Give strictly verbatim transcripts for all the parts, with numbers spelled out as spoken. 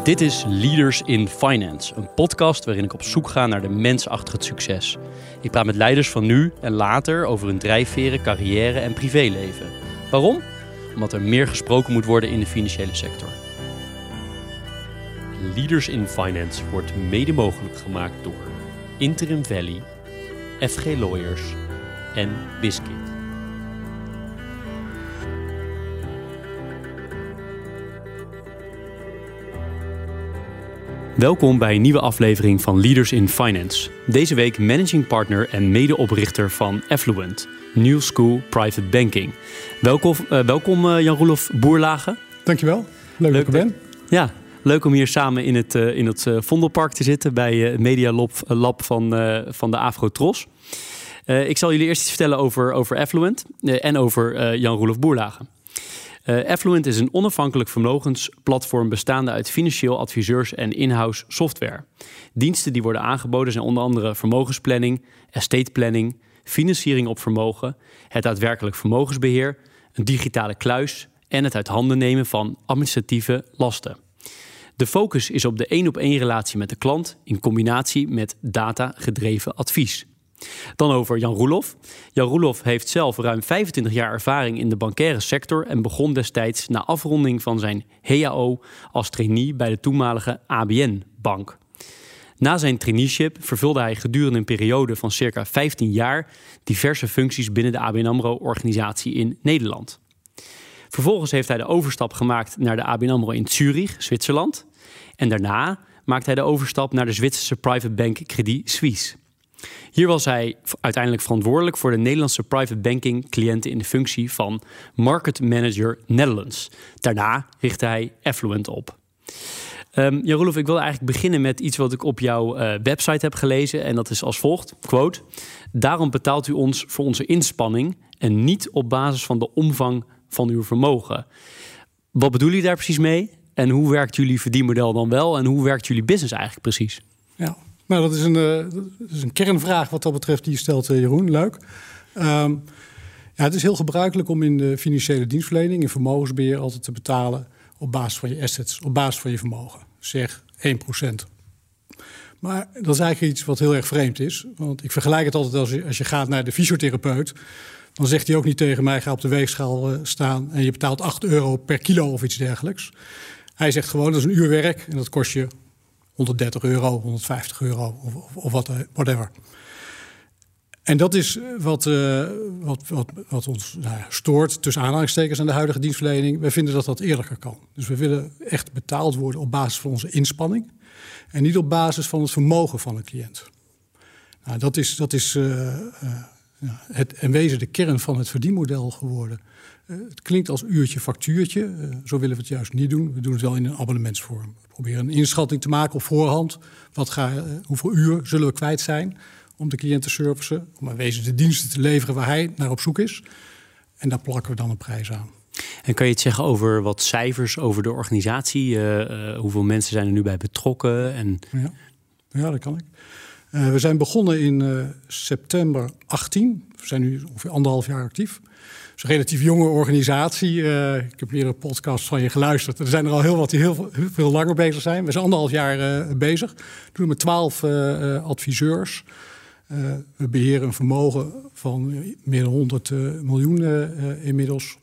Dit is Leaders in Finance, een podcast waarin ik op zoek ga naar de mens achter het succes. Ik praat met leiders van nu en later over hun drijfveren, carrière en privéleven. Waarom? Omdat er meer gesproken moet worden in de financiële sector. Leaders in Finance wordt mede mogelijk gemaakt door Interim Valley, F G Lawyers en Biscuit. Welkom bij een nieuwe aflevering van Leaders in Finance. Deze week managing partner en medeoprichter van Affluent, New School Private Banking. Welkom, uh, welkom uh, Jan-Roelof Boerlage. Dankjewel, leuk, leuk dat ik er ben. Ja, leuk om hier samen in het, uh, in het uh, Vondelpark te zitten bij uh, het Media Lab, Lab van, uh, van de Afro-Tros. Uh, ik zal jullie eerst iets vertellen over, over Affluent uh, en over uh, Jan-Roelof Boerlage. Uh, Affluent is een onafhankelijk vermogensplatform bestaande uit financieel adviseurs en in-house software. Diensten die worden aangeboden zijn onder andere vermogensplanning, estate planning, financiering op vermogen, het daadwerkelijk vermogensbeheer, een digitale kluis en het uit handen nemen van administratieve lasten. De focus is op de één-op-één relatie met de klant in combinatie met data-gedreven advies. Dan over Jan-Roelof. Jan-Roelof heeft zelf ruim vijfentwintig jaar ervaring in de bankaire sector en begon destijds na afronding van zijn H A O als trainee bij de toenmalige A B N-bank. Na zijn traineeship vervulde hij gedurende een periode van circa vijftien jaar diverse functies binnen de A B N AMRO-organisatie in Nederland. Vervolgens heeft hij de overstap gemaakt naar de A B N AMRO in Zurich, Zwitserland. En daarna maakte hij de overstap naar de Zwitserse private bank Credit Suisse. Hier was hij uiteindelijk verantwoordelijk voor de Nederlandse private banking cliënten in de functie van Market Manager Netherlands. Daarna richtte hij Affluent op. Um, Jan-Roelof, ik wil eigenlijk beginnen met iets wat ik op jouw uh, website heb gelezen. En dat is als volgt, quote: daarom betaalt u ons voor onze inspanning en niet op basis van de omvang van uw vermogen. Wat bedoel je daar precies mee? En hoe werkt jullie verdienmodel dan wel? En hoe werkt jullie business eigenlijk precies? Ja. Nou, dat is, een, uh, dat is een kernvraag wat dat betreft die je stelt, uh, Jeroen. Leuk. Um, ja, het is heel gebruikelijk om in de financiële dienstverlening, in vermogensbeheer, altijd te betalen op basis van je assets, op basis van je vermogen. Zeg één procent. Maar dat is eigenlijk iets wat heel erg vreemd is. Want ik vergelijk het altijd als je, als je gaat naar de fysiotherapeut. Dan zegt hij ook niet tegen mij, ga op de weegschaal uh, staan en je betaalt acht euro per kilo of iets dergelijks. Hij zegt gewoon, dat is een uur werk en dat kost je honderddertig euro, honderdvijftig euro of, of, of wat, whatever. En dat is wat, uh, wat, wat, wat ons nou ja, stoort tussen aanhalingstekens aan de huidige dienstverlening. Wij vinden dat dat eerlijker kan. Dus we willen echt betaald worden op basis van onze inspanning en niet op basis van het vermogen van een cliënt. Nou, dat is, dat is uh, uh, ja, het, in wezen de kern van het verdienmodel geworden. Uh, het klinkt als uurtje factuurtje. Uh, zo willen we het juist niet doen. We doen het wel in een abonnementsvorm. We proberen een inschatting te maken op voorhand. Wat ga, uh, hoeveel uur zullen we kwijt zijn om de cliënt te servicen, om in wezen de diensten te leveren waar hij naar op zoek is. En daar plakken we dan een prijs aan. En kan je het zeggen over wat cijfers over de organisatie? Uh, uh, hoeveel mensen zijn er nu bij betrokken? En... Ja. ja, dat kan ik. Uh, we zijn begonnen in uh, september achttien. We zijn nu ongeveer anderhalf jaar actief. Het is een relatief jonge organisatie. Uh, ik heb meerdere podcasts van je geluisterd. Er zijn er al heel wat die heel veel, heel veel langer bezig zijn. We zijn anderhalf jaar uh, bezig. We doen met twaalf uh, adviseurs. Uh, we beheren een vermogen van meer dan honderd uh, miljoen uh, inmiddels.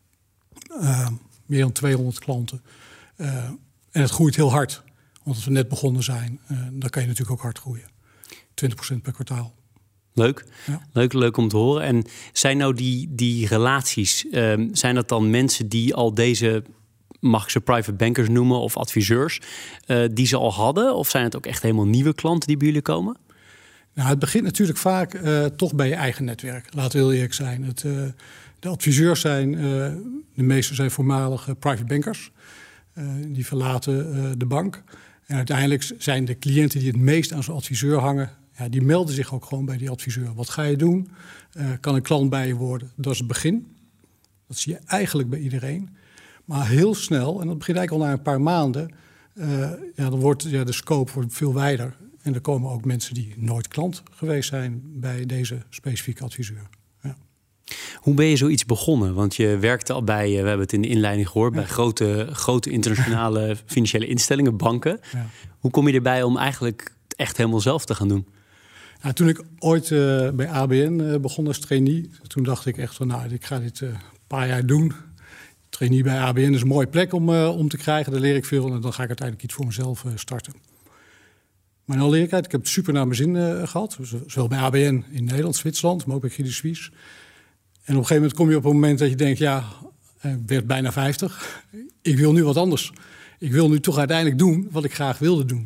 Uh, meer dan tweehonderd klanten. Uh, en het groeit heel hard. Want als we net begonnen zijn, uh, dan kan je natuurlijk ook hard groeien. twintig procent per kwartaal. Leuk. Ja. leuk, leuk om te horen. En zijn nou die, die relaties, um, zijn dat dan mensen die al deze, mag ik ze private bankers noemen of adviseurs, uh, die ze al hadden? Of zijn het ook echt helemaal nieuwe klanten die bij jullie komen? Nou, het begint natuurlijk vaak uh, toch bij je eigen netwerk. Laten we heel eerlijk zijn. Het, uh, de adviseurs zijn, uh, de meeste zijn voormalige private bankers. Uh, die verlaten uh, de bank. En uiteindelijk zijn de cliënten die het meest aan zo'n adviseur hangen, ja, die melden zich ook gewoon bij die adviseur. Wat ga je doen? Uh, kan een klant bij je worden? Dat is het begin. Dat zie je eigenlijk bij iedereen. Maar heel snel, en dat begint eigenlijk al na een paar maanden, uh, ja, dan wordt ja, de scope wordt veel wijder. En er komen ook mensen die nooit klant geweest zijn bij deze specifieke adviseur. Ja. Hoe ben je zoiets begonnen? Want je werkte al bij, we hebben het in de inleiding gehoord, ja. bij grote, grote internationale financiële instellingen, banken. Ja. Hoe kom je erbij om eigenlijk het echt helemaal zelf te gaan doen? Nou, toen ik ooit uh, bij A B N uh, begon als trainee, toen dacht ik echt van, nou, ik ga dit uh, een paar jaar doen. Trainee bij A B N is een mooie plek om, uh, om te krijgen. Daar leer ik veel en dan ga ik uiteindelijk iets voor mezelf uh, starten. Maar in alle eerlijkheid, ik heb het super naar mijn zin uh, gehad. Zowel bij A B N in Nederland, Zwitserland, maar ook bij Credit Suisse. En op een gegeven moment kom je op een moment dat je denkt, ja, ik werd bijna vijftig. Ik wil nu wat anders. Ik wil nu toch uiteindelijk doen wat ik graag wilde doen.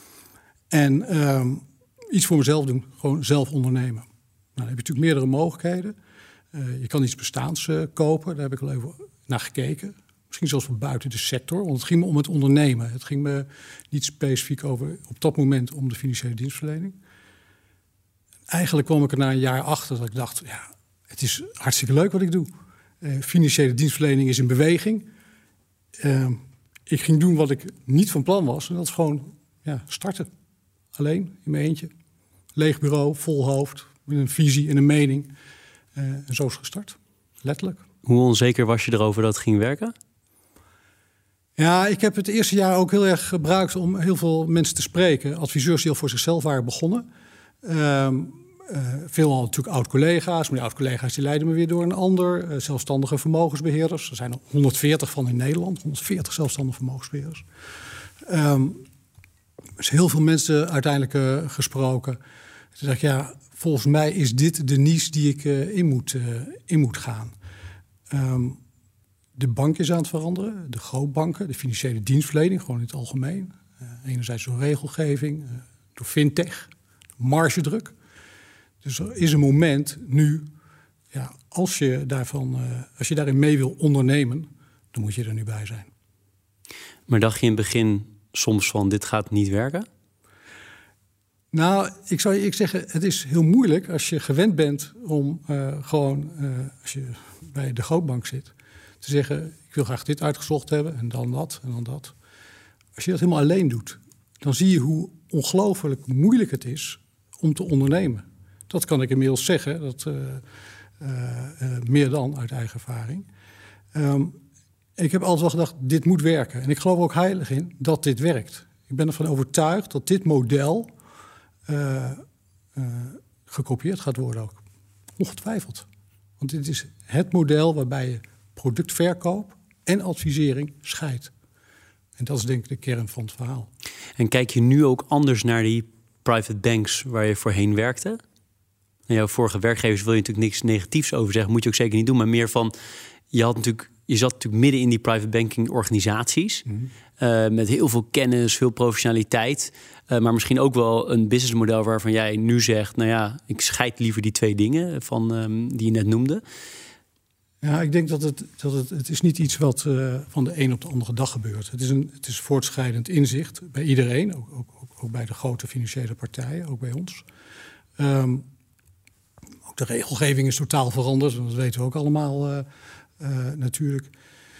En um, iets voor mezelf doen, gewoon zelf ondernemen. Nou, dan heb je natuurlijk meerdere mogelijkheden. Uh, je kan iets bestaans uh, kopen, daar heb ik al even naar gekeken. Misschien zelfs van buiten de sector, want het ging me om het ondernemen. Het ging me niet specifiek over op dat moment om de financiële dienstverlening. Eigenlijk kwam ik er na een jaar achter dat ik dacht, ja, het is hartstikke leuk wat ik doe. Uh, financiële dienstverlening is in beweging. Uh, ik ging doen wat ik niet van plan was. En dat is gewoon ja, starten. Alleen, in mijn eentje. Leeg bureau, vol hoofd, met een visie en een mening. Uh, en zo is het gestart. Letterlijk. Hoe onzeker was je erover dat het ging werken? Ja, ik heb het eerste jaar ook heel erg gebruikt om heel veel mensen te spreken. Adviseurs die al voor zichzelf waren begonnen. Uh, uh, veelal natuurlijk oud-collega's. Maar die oud-collega's die leiden me weer door een ander. Uh, zelfstandige vermogensbeheerders. Er zijn er honderdveertig van in Nederland. honderdveertig zelfstandige vermogensbeheerders. Um, er zijn heel veel mensen uiteindelijk uh, gesproken. Toen dacht ik, ja, volgens mij is dit de niche die ik uh, in, moet, uh, in moet gaan. Um, de bank is aan het veranderen. De grootbanken, de financiële dienstverlening, gewoon in het algemeen. Uh, enerzijds door regelgeving, uh, door fintech, margedruk. Dus er is een moment nu, ja, als je daarvan, uh, als je daarin mee wil ondernemen, dan moet je er nu bij zijn. Maar dacht je in het begin soms van, dit gaat niet werken? Nou, ik zou je zeggen, het is heel moeilijk als je gewend bent om uh, gewoon, uh, als je bij de grootbank zit, te zeggen, ik wil graag dit uitgezocht hebben en dan dat en dan dat. Als je dat helemaal alleen doet, dan zie je hoe ongelooflijk moeilijk het is om te ondernemen. Dat kan ik inmiddels zeggen, dat, uh, uh, uh, meer dan uit eigen ervaring. Um, ik heb altijd wel gedacht, dit moet werken. En ik geloof ook heilig in dat dit werkt. Ik ben ervan overtuigd dat dit model uh, uh, gekopieerd gaat worden ook. Ongetwijfeld. Want dit is het model waarbij je productverkoop en advisering scheidt. En dat is denk ik de kern van het verhaal. En kijk je nu ook anders naar die private banks waar je voorheen werkte? En jouw vorige werkgevers wil je natuurlijk niks negatiefs over zeggen. Moet je ook zeker niet doen. Maar meer van, je had natuurlijk, je zat natuurlijk midden in die private banking organisaties. Mm-hmm. Uh, met heel veel kennis, veel professionaliteit. Uh, maar misschien ook wel een businessmodel waarvan jij nu zegt, nou ja, ik scheid liever die twee dingen van, um, die je net noemde. Ja, ik denk dat het, dat het, het is niet iets wat uh, van de een op de andere dag gebeurt. Het is een het is voortschrijdend inzicht bij iedereen, ook, ook, ook, ook bij de grote financiële partijen, ook bij ons. Um, ook de regelgeving is totaal veranderd, dat weten we ook allemaal uh, uh, natuurlijk.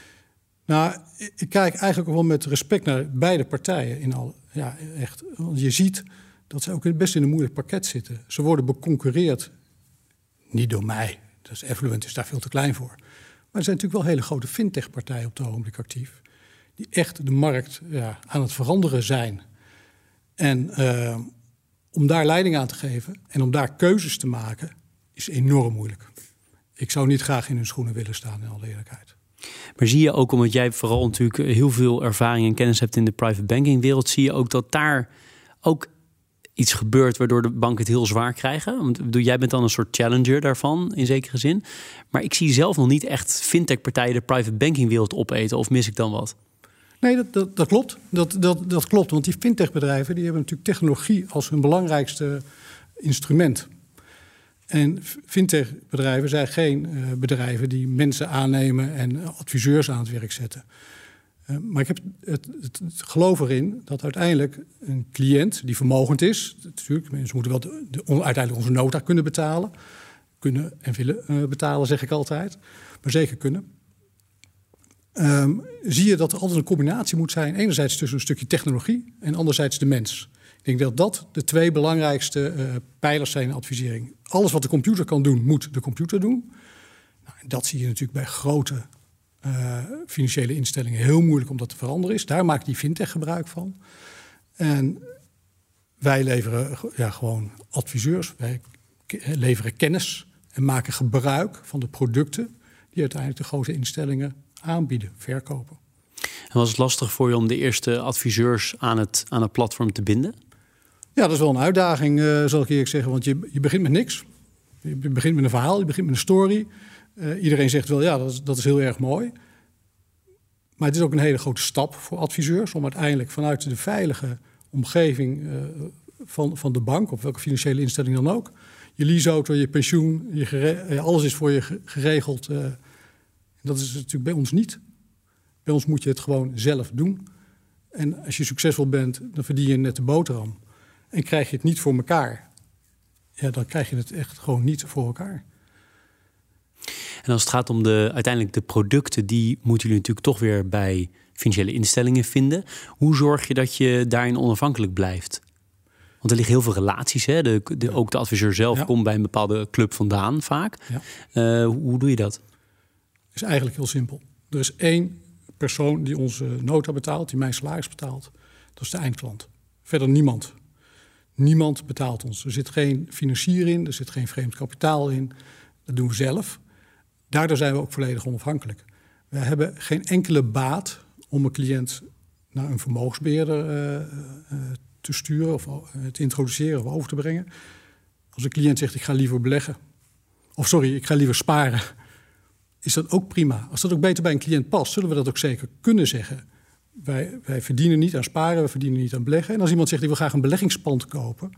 Nou, ik kijk eigenlijk wel met respect naar beide partijen in al. Ja, echt. Want je ziet dat ze ook best in een moeilijk pakket zitten. Ze worden beconcurreerd, niet door mij. Dus Effluent is daar veel te klein voor. Maar er zijn natuurlijk wel hele grote fintech-partijen op het ogenblik actief. Die echt de markt ja, aan het veranderen zijn. En uh, om daar leiding aan te geven en om daar keuzes te maken, is enorm moeilijk. Ik zou niet graag in hun schoenen willen staan, in alle eerlijkheid. Maar zie je ook, omdat jij vooral natuurlijk heel veel ervaring en kennis hebt in de private banking wereld, zie je ook dat daar ook iets gebeurt waardoor de banken het heel zwaar krijgen? Want bedoel, jij bent dan een soort challenger daarvan, in zekere zin. Maar ik zie zelf nog niet echt fintech-partijen de private banking wereld opeten. Of mis ik dan wat? Nee, dat, dat, dat klopt. Dat, dat, dat klopt. Want die fintech-bedrijven die hebben natuurlijk technologie als hun belangrijkste instrument. En fintech-bedrijven zijn geen uh, bedrijven die mensen aannemen en adviseurs aan het werk zetten. Uh, maar ik heb het, het, het geloof erin dat uiteindelijk een cliënt die vermogend is, natuurlijk, mensen moeten wel de, de, uiteindelijk onze nota kunnen betalen. Kunnen en willen uh, betalen, zeg ik altijd. Maar zeker kunnen. Um, zie je dat er altijd een combinatie moet zijn. Enerzijds tussen een stukje technologie en anderzijds de mens. Ik denk dat dat de twee belangrijkste uh, pijlers zijn in advisering. Alles wat de computer kan doen, moet de computer doen. Nou, dat zie je natuurlijk bij grote uh, financiële instellingen heel moeilijk om dat te veranderen is. Daar maakt die fintech gebruik van. En wij leveren ja, gewoon adviseurs. Wij leveren kennis en maken gebruik van de producten die uiteindelijk de grote instellingen aanbieden, verkopen. En was het lastig voor je om de eerste adviseurs aan het, aan het platform te binden? Ja, dat is wel een uitdaging, uh, zal ik eerlijk zeggen. Want je, je begint met niks. Je begint met een verhaal, je begint met een story. Uh, iedereen zegt wel, ja, dat is, dat is heel erg mooi. Maar het is ook een hele grote stap voor adviseurs om uiteindelijk vanuit de veilige omgeving uh, van, van de bank, of welke financiële instelling dan ook, je leaseauto, je pensioen, je gere- alles is voor je geregeld. Uh, dat is natuurlijk bij ons niet. Bij ons moet je het gewoon zelf doen. En als je succesvol bent, dan verdien je net de boterham. En krijg je het niet voor elkaar, ja, dan krijg je het echt gewoon niet voor elkaar. En als het gaat om de, uiteindelijk de producten, die moeten jullie natuurlijk toch weer bij financiële instellingen vinden. Hoe zorg je dat je daarin onafhankelijk blijft? Want er liggen heel veel relaties. Hè? De, de, ook de adviseur zelf ja. komt bij een bepaalde club vandaan vaak. Ja. Uh, hoe doe je dat? Het is eigenlijk heel simpel. Er is één persoon die onze nota betaalt, die mijn salaris betaalt. Dat is de eindklant. Verder niemand. Niemand betaalt ons. Er zit geen financier in, er zit geen vreemd kapitaal in. Dat doen we zelf. Daardoor zijn we ook volledig onafhankelijk. We hebben geen enkele baat om een cliënt naar een vermogensbeheerder uh, uh, te sturen of uh, te introduceren of over te brengen. Als een cliënt zegt, ik ga liever beleggen. Of sorry, ik ga liever sparen. Is dat ook prima. Als dat ook beter bij een cliënt past, zullen we dat ook zeker kunnen zeggen. Wij, wij verdienen niet aan sparen, we verdienen niet aan beleggen. En als iemand zegt, ik wil graag een beleggingspand kopen,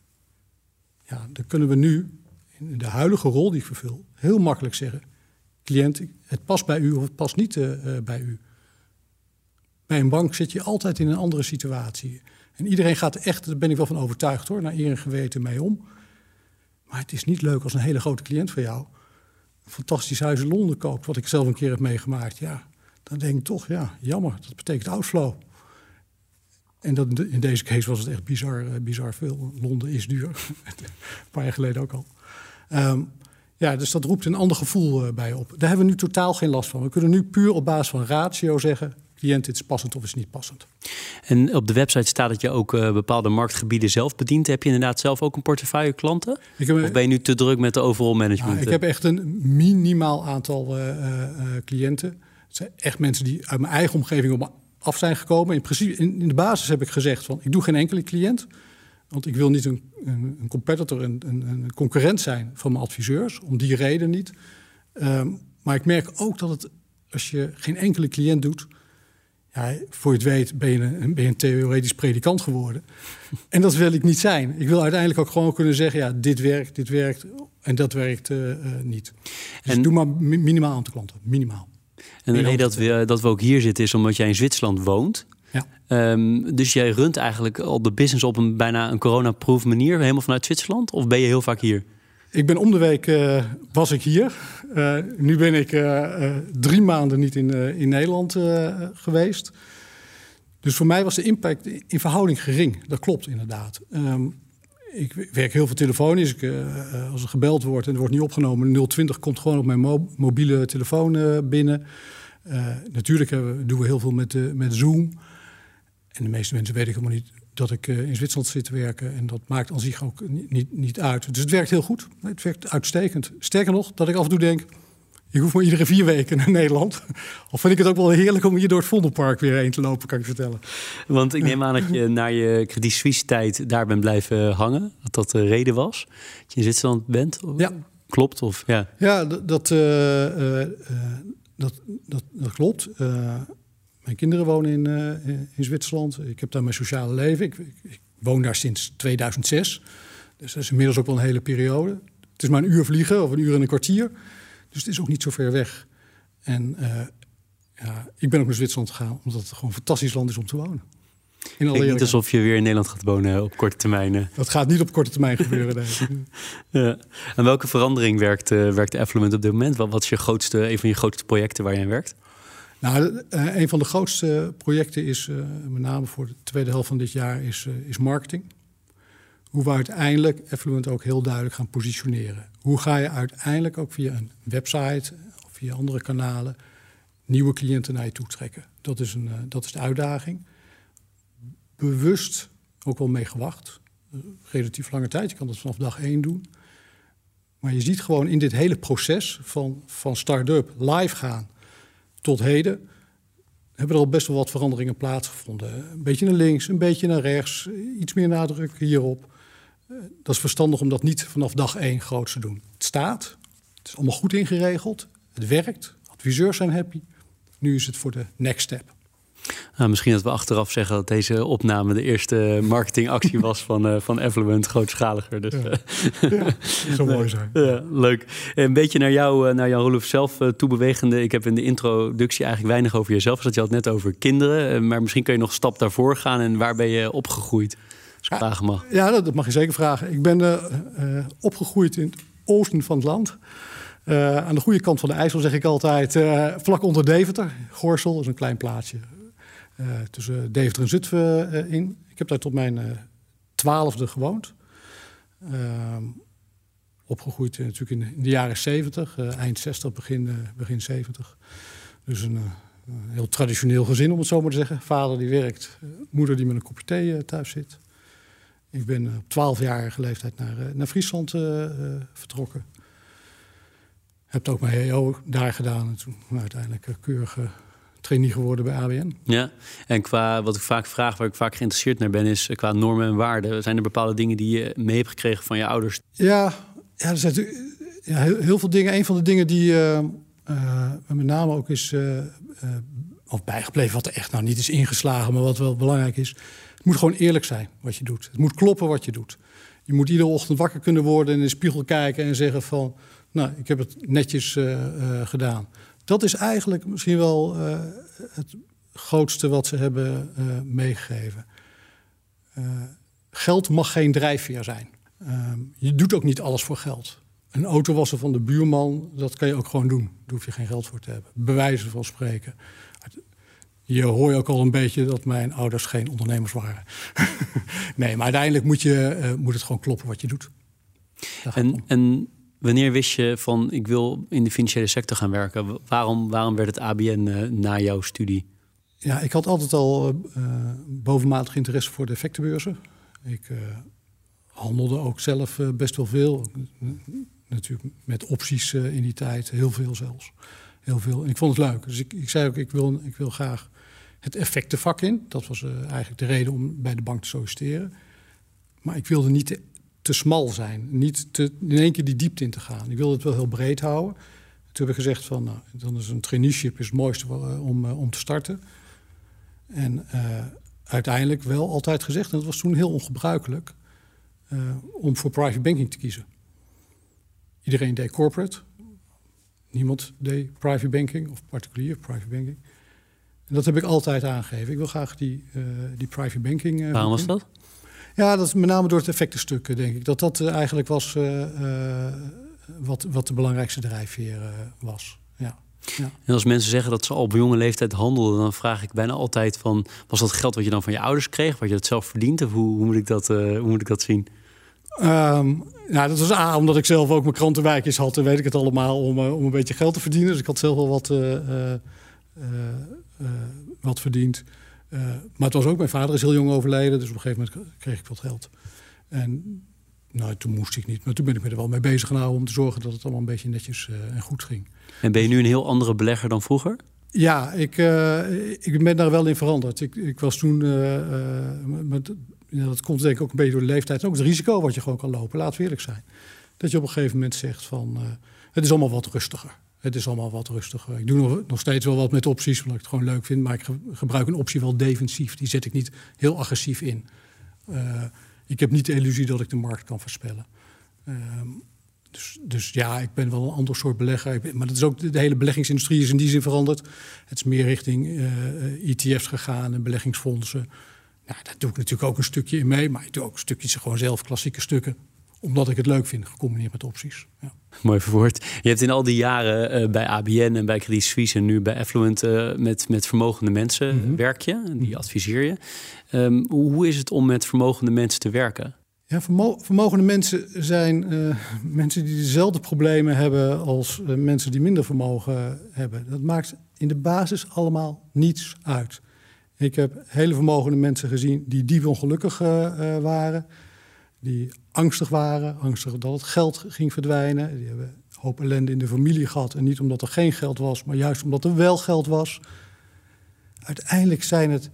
ja, dan kunnen we nu, in de huidige rol die ik vervul, heel makkelijk zeggen, cliënt, het past bij u of het past niet uh, bij u. Bij een bank zit je altijd in een andere situatie. En iedereen gaat er echt, daar ben ik wel van overtuigd hoor, naar eer en geweten mee om. Maar het is niet leuk als een hele grote cliënt van jou een fantastisch huis in Londen koopt, wat ik zelf een keer heb meegemaakt. Ja, dan denk ik toch, ja, jammer, dat betekent outflow. En dat, in deze case was het echt bizar, uh, bizar veel. Londen is duur. Een paar jaar geleden ook al. Um, ja, dus dat roept een ander gevoel uh, bij op. Daar hebben we nu totaal geen last van. We kunnen nu puur op basis van ratio zeggen, cliënt, dit is passend of is niet passend. En op de website staat dat je ook uh, bepaalde marktgebieden zelf bedient. Heb je inderdaad zelf ook een portefeuille klanten? Ik heb, of ben je nu te druk met de overall management? Ja, ik heb echt een minimaal aantal uh, uh, cliënten. Het zijn echt mensen die uit mijn eigen omgeving op me af zijn gekomen. In, principe, in, in de basis heb ik gezegd van, ik doe geen enkele cliënt. Want ik wil niet een, een, een competitor, een, een, een concurrent zijn van mijn adviseurs. Om die reden niet. Um, maar ik merk ook dat het, als je geen enkele cliënt doet, ja, voor je het weet ben je een, ben je een theoretisch predikant geworden. En dat wil ik niet zijn. Ik wil uiteindelijk ook gewoon kunnen zeggen, ja, dit werkt, dit werkt en dat werkt uh, uh, niet. Dus en doe maar minimaal aantal klanten, minimaal. En de reden dat we, dat we ook hier zitten is omdat jij in Zwitserland woont. Ja. Um, dus jij runt eigenlijk al de business op een bijna een corona-proof manier, helemaal vanuit Zwitserland? Of ben je heel vaak hier? Ik ben om de week uh, was ik hier. Uh, nu ben ik uh, uh, drie maanden niet in, uh, in Nederland uh, geweest. Dus voor mij was de impact in verhouding gering. Dat klopt inderdaad. Um, ik werk heel veel telefonisch. Ik, uh, als er gebeld wordt en er wordt niet opgenomen, nul twintig komt gewoon op mijn mo- mobiele telefoon uh, binnen. Uh, natuurlijk uh, doen we heel veel met, uh, met Zoom. En de meeste mensen weten helemaal niet dat ik uh, in Zwitserland zit te werken. En dat maakt aan zich ook niet, niet, niet uit. Dus het werkt heel goed. Het werkt uitstekend. Sterker nog, dat ik af en toe denk, ik hoef maar iedere vier weken naar Nederland. Of vind ik het ook wel heerlijk om hier door het Vondelpark weer heen te lopen, kan ik vertellen. Want ik neem aan dat je na je Credit Suisse tijd daar bent blijven hangen. Dat dat de reden was. Dat je in Zwitserland bent. Ja. Klopt? Of, ja, ja dat, dat, uh, uh, dat, dat, dat klopt. Uh, Mijn kinderen wonen in, uh, in Zwitserland. Ik heb daar mijn sociale leven. Ik, ik, ik woon daar sinds tweeduizend zes. Dus dat is inmiddels ook wel een hele periode. Het is maar een uur vliegen of een uur en een kwartier. Dus het is ook niet zo ver weg. En uh, ja, ik ben ook naar Zwitserland gegaan omdat het gewoon een fantastisch land is om te wonen. Het lijkt niet alsof je weer in Nederland gaat wonen op korte termijn. Dat gaat niet op korte termijn gebeuren. Nee. Ja. En welke verandering werkt, uh, werkt Affluent op dit moment? Wat is je grootste, een van je grootste projecten waar je aan werkt? Nou, uh, een van de grootste projecten is, uh, met name voor de tweede helft van dit jaar, is, uh, is marketing. hoe we uiteindelijk Affluent ook heel duidelijk gaan positioneren. Hoe ga je uiteindelijk ook via een website of via andere kanalen nieuwe cliënten naar je toe trekken. Dat is, een, uh, dat is de uitdaging. Bewust ook wel mee gewacht. Uh, relatief lange tijd, je kan dat vanaf dag één doen. Maar je ziet gewoon in dit hele proces van, van start-up live gaan tot heden, hebben er al best wel wat veranderingen plaatsgevonden. Een beetje naar links, een beetje naar rechts, iets meer nadruk hierop. Uh, dat is verstandig om dat niet vanaf dag één groot te doen. Het staat, het is allemaal goed ingeregeld, het werkt, adviseurs zijn happy. Nu is het voor de next step. Nou, misschien dat we achteraf zeggen dat deze opname de eerste marketingactie was van, uh, van Affluent, grootschaliger. Dus, ja. Ja, dat zou mooi zijn. Ja, leuk. Een beetje naar jou, naar Jan Roelof zelf uh, toebewegende. Ik heb in de introductie eigenlijk weinig over jezelf gezegd. Je had het net over kinderen, uh, maar misschien kun je nog een stap daarvoor gaan. En waar ben je opgegroeid, als ik vragen mag? Ja, dat, dat mag je zeker vragen. Ik ben uh, uh, opgegroeid in het oosten van het land. Uh, aan de goede kant van de IJssel zeg ik altijd, uh, vlak onder Deventer. Gorsel is een klein plaatsje. Uh, tussen Deventer en Zutphen uh, in. Ik heb daar tot mijn uh, twaalfde gewoond. Uh, opgegroeid uh, natuurlijk in, in de jaren zeventig, uh, eind zestig, begin, uh, begin zeventig. Dus een, uh, een heel traditioneel gezin, om het zo maar te zeggen. Vader die werkt, uh, moeder die met een kopje thee uh, thuis zit. Ik ben uh, op twaalfjarige leeftijd naar, uh, naar Friesland uh, uh, vertrokken. Heb ook mijn H O daar gedaan en toen nou, uiteindelijk uh, keurig... Uh, trainee geworden bij A B N. Ja, en qua wat ik vaak vraag, waar ik vaak geïnteresseerd naar ben, is qua normen en waarden. Zijn er bepaalde dingen die je mee hebt gekregen van je ouders? Ja, ja er zijn ja, heel, heel veel dingen. Een van de dingen die uh, uh, met name ook is uh, uh, of bijgebleven, wat er echt nou niet is ingeslagen, maar wat wel belangrijk is. Het moet gewoon eerlijk zijn wat je doet. Het moet kloppen wat je doet. Je moet iedere ochtend wakker kunnen worden en in de spiegel kijken en zeggen van, nou, ik heb het netjes uh, uh, gedaan. Dat is eigenlijk misschien wel uh, het grootste wat ze hebben uh, meegegeven. Uh, geld mag geen drijfveer zijn. Uh, je doet ook niet alles voor geld. Een auto wassen van de buurman, dat kan je ook gewoon doen. Daar hoef je geen geld voor te hebben. Bewijzen van spreken. Je hoort ook al een beetje dat mijn ouders geen ondernemers waren. Nee, maar uiteindelijk moet, je, uh, moet het gewoon kloppen wat je doet. En... en... Wanneer wist je van, ik wil in de financiële sector gaan werken? Waarom, waarom werd het A B N uh, na jouw studie? Ja, ik had altijd al uh, bovenmatig interesse voor de effectenbeurzen. Ik uh, handelde ook zelf uh, best wel veel. Natuurlijk met opties uh, in die tijd, heel veel zelfs. Heel veel. En ik vond het leuk. Dus ik, ik zei ook, ik wil, ik wil graag het effectenvak in. Dat was uh, eigenlijk de reden om bij de bank te solliciteren. Maar ik wilde niet... Te, te smal zijn. Niet te, in één keer die diepte in te gaan. Ik wilde het wel heel breed houden. Toen heb ik gezegd van, nou, dan is een traineeship is het mooiste om, uh, om te starten. En uh, uiteindelijk wel altijd gezegd, en dat was toen heel ongebruikelijk, uh, om voor private banking te kiezen. Iedereen deed corporate. Niemand deed private banking of particulier private banking. En dat heb ik altijd aangegeven. Ik wil graag die, uh, die private banking... Uh, Waarom was dat? Ja, dat is met name door het effectenstuk, denk ik. Dat dat uh, eigenlijk was uh, uh, wat, wat de belangrijkste drijfveer uh, was. Ja. Ja. En als mensen zeggen dat ze al op jonge leeftijd handelden, dan vraag ik bijna altijd van, was dat geld wat je dan van je ouders kreeg? Wat je dat zelf verdient? Of hoe, hoe, moet, ik dat, uh, hoe moet ik dat zien? Um, nou, dat was A, omdat ik zelf ook mijn krantenwijkjes had, dan weet ik het allemaal, om, uh, om een beetje geld te verdienen. Dus ik had zelf wel wat, uh, uh, uh, uh, wat verdiend. Uh, maar het was ook, mijn vader is heel jong overleden, dus op een gegeven moment kreeg ik wat geld. En nou, toen moest ik niet, maar toen ben ik me er wel mee bezig gehouden om te zorgen dat het allemaal een beetje netjes uh, en goed ging. En ben je nu een heel andere belegger dan vroeger? Ja, ik, uh, ik ben daar wel in veranderd. Ik, ik was toen, uh, uh, met, ja, dat komt denk ik ook een beetje door de leeftijd, en ook het risico wat je gewoon kan lopen, laten we eerlijk zijn. Dat je op een gegeven moment zegt van, uh, het is allemaal wat rustiger. Het is allemaal wat rustiger. Ik doe nog, nog steeds wel wat met opties, omdat ik het gewoon leuk vind. Maar ik ge- gebruik een optie wel defensief. Die zet ik niet heel agressief in. Uh, ik heb niet de illusie dat ik de markt kan voorspellen. Uh, dus, dus ja, ik ben wel een ander soort belegger. Ik ben, maar dat is ook de, de hele beleggingsindustrie is in die zin veranderd. Het is meer richting uh, E T F's gegaan en beleggingsfondsen. Nou, daar doe ik natuurlijk ook een stukje in mee. Maar ik doe ook stukjes gewoon zelf, klassieke stukken. Omdat ik het leuk vind, gecombineerd met opties. Ja. Mooi verwoord. Je hebt in al die jaren uh, bij A B N en bij Credit Suisse en nu bij Affluent uh, met, met vermogende mensen mm-hmm. werk je. Die adviseer je. Um, hoe is het om met vermogende mensen te werken? Ja, vermo- vermogende mensen zijn uh, mensen die dezelfde problemen hebben als uh, mensen die minder vermogen hebben. Dat maakt in de basis allemaal niets uit. Ik heb hele vermogende mensen gezien die diep ongelukkig uh, uh, waren. Die angstig waren, angstig dat het geld ging verdwijnen. Die hebben een hoop ellende in de familie gehad. En niet omdat er geen geld was, maar juist omdat er wel geld was. Uiteindelijk zijn het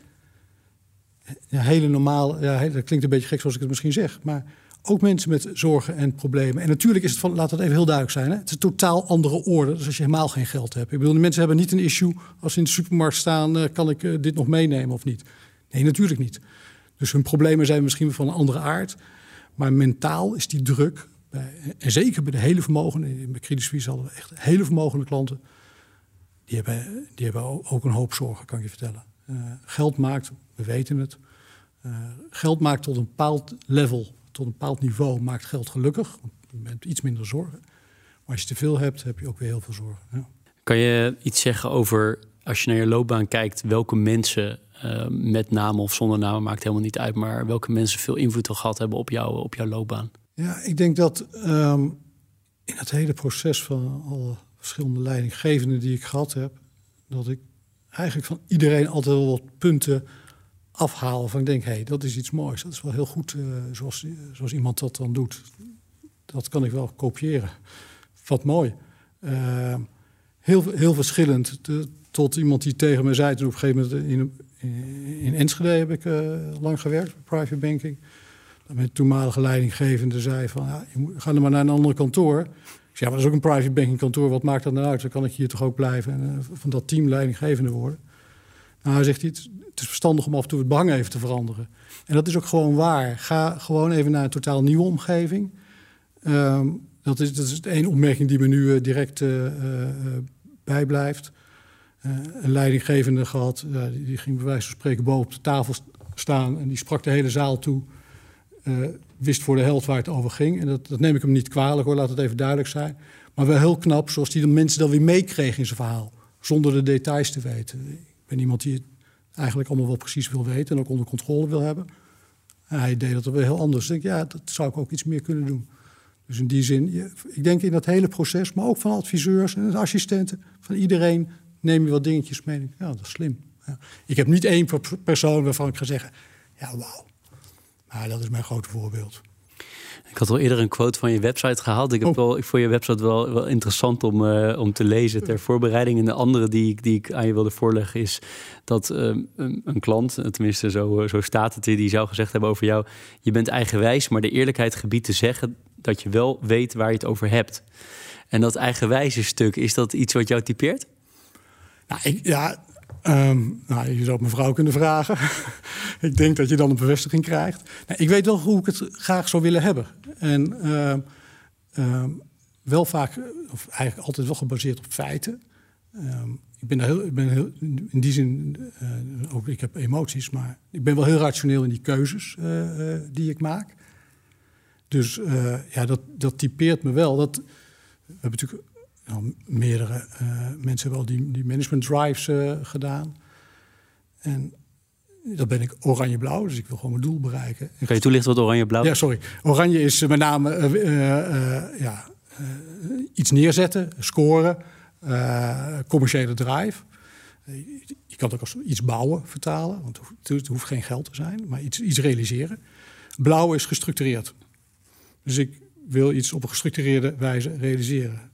ja, hele normale... Ja, dat klinkt een beetje gek zoals ik het misschien zeg. Maar ook mensen met zorgen en problemen. En natuurlijk is het van, laat dat even heel duidelijk zijn. Hè? Het is een totaal andere orde dus als je helemaal geen geld hebt. Ik bedoel, de mensen hebben niet een issue als ze in de supermarkt staan. Uh, kan ik uh, dit nog meenemen of niet? Nee, natuurlijk niet. Dus hun problemen zijn misschien van een andere aard. Maar mentaal is die druk, bij, en zeker bij de hele vermogenden, bij Credit Suisse hadden we echt hele vermogende klanten, die hebben, die hebben ook een hoop zorgen, kan ik je vertellen. Uh, geld maakt, we weten het, uh, geld maakt tot een bepaald level, tot een bepaald niveau, maakt geld gelukkig. Je bent iets minder zorgen. Maar als je te veel hebt, heb je ook weer heel veel zorgen. Ja. Kan je iets zeggen over, als je naar je loopbaan kijkt, welke mensen... Uh, met namen of zonder namen, maakt helemaal niet uit, maar welke mensen veel invloed al gehad hebben op, jou, op jouw loopbaan? Ja, ik denk dat um, in het hele proces van alle verschillende leidinggevenden die ik gehad heb, dat ik eigenlijk van iedereen altijd wel wat punten afhaal van ik denk, hé, hey, dat is iets moois. Dat is wel heel goed uh, zoals, zoals iemand dat dan doet. Dat kan ik wel kopiëren. Wat mooi. Uh, heel, heel verschillend. De, tot iemand die tegen me zei, toen op een gegeven moment in, in Enschede heb ik uh, lang gewerkt, private banking. Mijn toenmalige leidinggevende zei van, ja, je moet, ga er maar naar een ander kantoor. Ik zei, ja, maar dat is ook een private banking kantoor, wat maakt dat nou uit? Dan kan ik hier toch ook blijven en uh, van dat team leidinggevende worden. Nou, hij zegt, het, het is verstandig om af en toe het behang even te veranderen. En dat is ook gewoon waar. Ga gewoon even naar een totaal nieuwe omgeving. Um, dat, is, dat is de één opmerking die me nu uh, direct uh, uh, bijblijft. Uh, een leidinggevende gehad, uh, die, die ging bij wijze van spreken boven op de tafel staan en die sprak de hele zaal toe. Uh, wist voor de helft waar het over ging. En dat, dat neem ik hem niet kwalijk hoor, laat het even duidelijk zijn. Maar wel heel knap, zoals hij de mensen dan weer meekreeg in zijn verhaal. Zonder de details te weten. Ik ben iemand die het eigenlijk allemaal wel precies wil weten en ook onder controle wil hebben. En hij deed dat weer heel anders. Dus ik denk, ja, dat zou ik ook iets meer kunnen doen. Dus in die zin, je, ik denk in dat hele proces, maar ook van adviseurs en assistenten, van iedereen neem je wat dingetjes mee. Ja, dat is slim. Ja. Ik heb niet één persoon waarvan ik ga zeggen, ja, wauw. Maar dat is mijn grote voorbeeld. Ik had al eerder een quote van je website gehaald. Ik, heb oh. wel, ik vond je website wel, wel interessant om, uh, om te lezen ter voorbereiding. En de andere die ik, die ik aan je wilde voorleggen is dat uh, een, een klant, tenminste zo, zo staat het, die zou gezegd hebben over jou, je bent eigenwijs, maar de eerlijkheid gebiedt te zeggen dat je wel weet waar je het over hebt. En dat eigenwijze stuk, is dat iets wat jou typeert? Nou, ik, ja... Um, nou, je zou het mijn vrouw kunnen vragen. Ik denk dat je dan een bevestiging krijgt. Nou, ik weet wel hoe ik het graag zou willen hebben. En uh, uh, wel vaak, of eigenlijk altijd wel gebaseerd op feiten. Um, ik ben, heel, ik ben heel, in die zin, uh, ook ik heb emoties, maar ik ben wel heel rationeel in die keuzes uh, uh, die ik maak. Dus uh, ja, dat, dat typeert me wel. Dat, we hebben natuurlijk... Nou, meerdere uh, mensen hebben al die, die management drives uh, gedaan. En dat ben ik oranje-blauw, dus ik wil gewoon mijn doel bereiken. Kan je toelichten wat oranje-blauw is? Ja, sorry. Oranje is met name uh, uh, uh, ja, uh, iets neerzetten, scoren, uh, commerciële drive. Uh, je kan het ook als iets bouwen vertalen, want het hoeft geen geld te zijn, maar iets, iets realiseren. Blauw is gestructureerd. Dus ik wil iets op een gestructureerde wijze realiseren.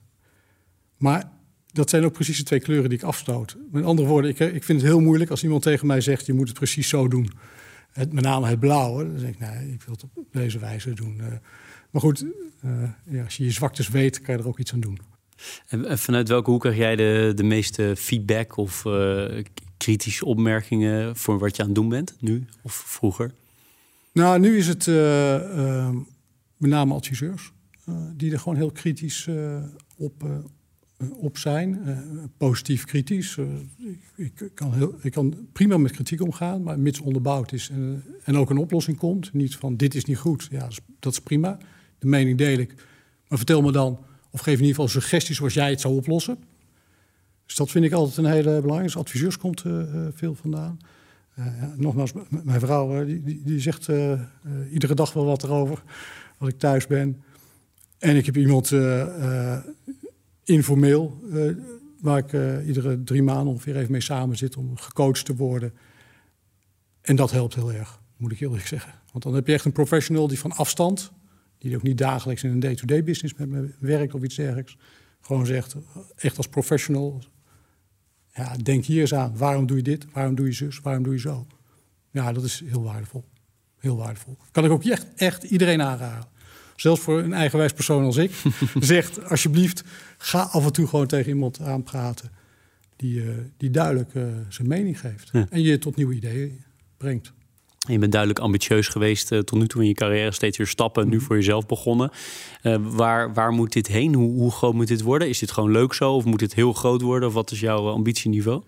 Maar dat zijn ook precies de twee kleuren die ik afstoot. Met andere woorden, ik, ik vind het heel moeilijk als iemand tegen mij zegt, je moet het precies zo doen. Het, met name het blauwe. Dan denk ik, nee, ik wil het op deze wijze doen. Uh, maar goed, uh, ja, als je je zwaktes weet, kan je er ook iets aan doen. En vanuit welke hoek krijg jij de, de meeste feedback of uh, kritische opmerkingen voor wat je aan het doen bent, nu of vroeger? Nou, nu is het uh, uh, met name adviseurs. Uh, die er gewoon heel kritisch uh, op... Uh, op zijn, uh, positief kritisch. Uh, ik, ik, kan heel, ik kan prima met kritiek omgaan, maar mits onderbouwd is en, en ook een oplossing komt. Niet van dit is niet goed, ja, dat is, dat is prima. De mening deel ik. Maar vertel me dan, of geef in ieder geval suggesties zoals jij het zou oplossen. Dus dat vind ik altijd een hele belangrijke. Dus adviseurs komt uh, veel vandaan. Uh, ja, nogmaals, m- mijn vrouw uh, die, die, die zegt uh, uh, iedere dag wel wat erover als ik thuis ben. En ik heb iemand uh, uh, informeel uh, waar ik uh, iedere drie maanden ongeveer even mee samen zit om gecoacht te worden. En dat helpt heel erg, moet ik eerlijk zeggen. Want dan heb je echt een professional die van afstand, die ook niet dagelijks in een day-to-day business met me werkt of iets dergelijks, gewoon zegt, echt als professional, ja, denk hier eens aan. Waarom doe je dit? Waarom doe je zus? Waarom doe je zo? Ja, dat is heel waardevol. Heel waardevol. Kan ik ook echt, echt iedereen aanraden. Zelfs voor een eigenwijs persoon als ik. Zegt, alsjeblieft, ga af en toe gewoon tegen iemand aanpraten die, uh, die duidelijk uh, zijn mening geeft. Ja. En je tot nieuwe ideeën brengt. Je bent duidelijk ambitieus geweest uh, tot nu toe in je carrière. Steeds weer stappen, mm-hmm. nu voor jezelf begonnen. Uh, waar, waar moet dit heen? Hoe, hoe groot moet dit worden? Is dit gewoon leuk zo? Of moet dit heel groot worden? Of wat is jouw ambitieniveau?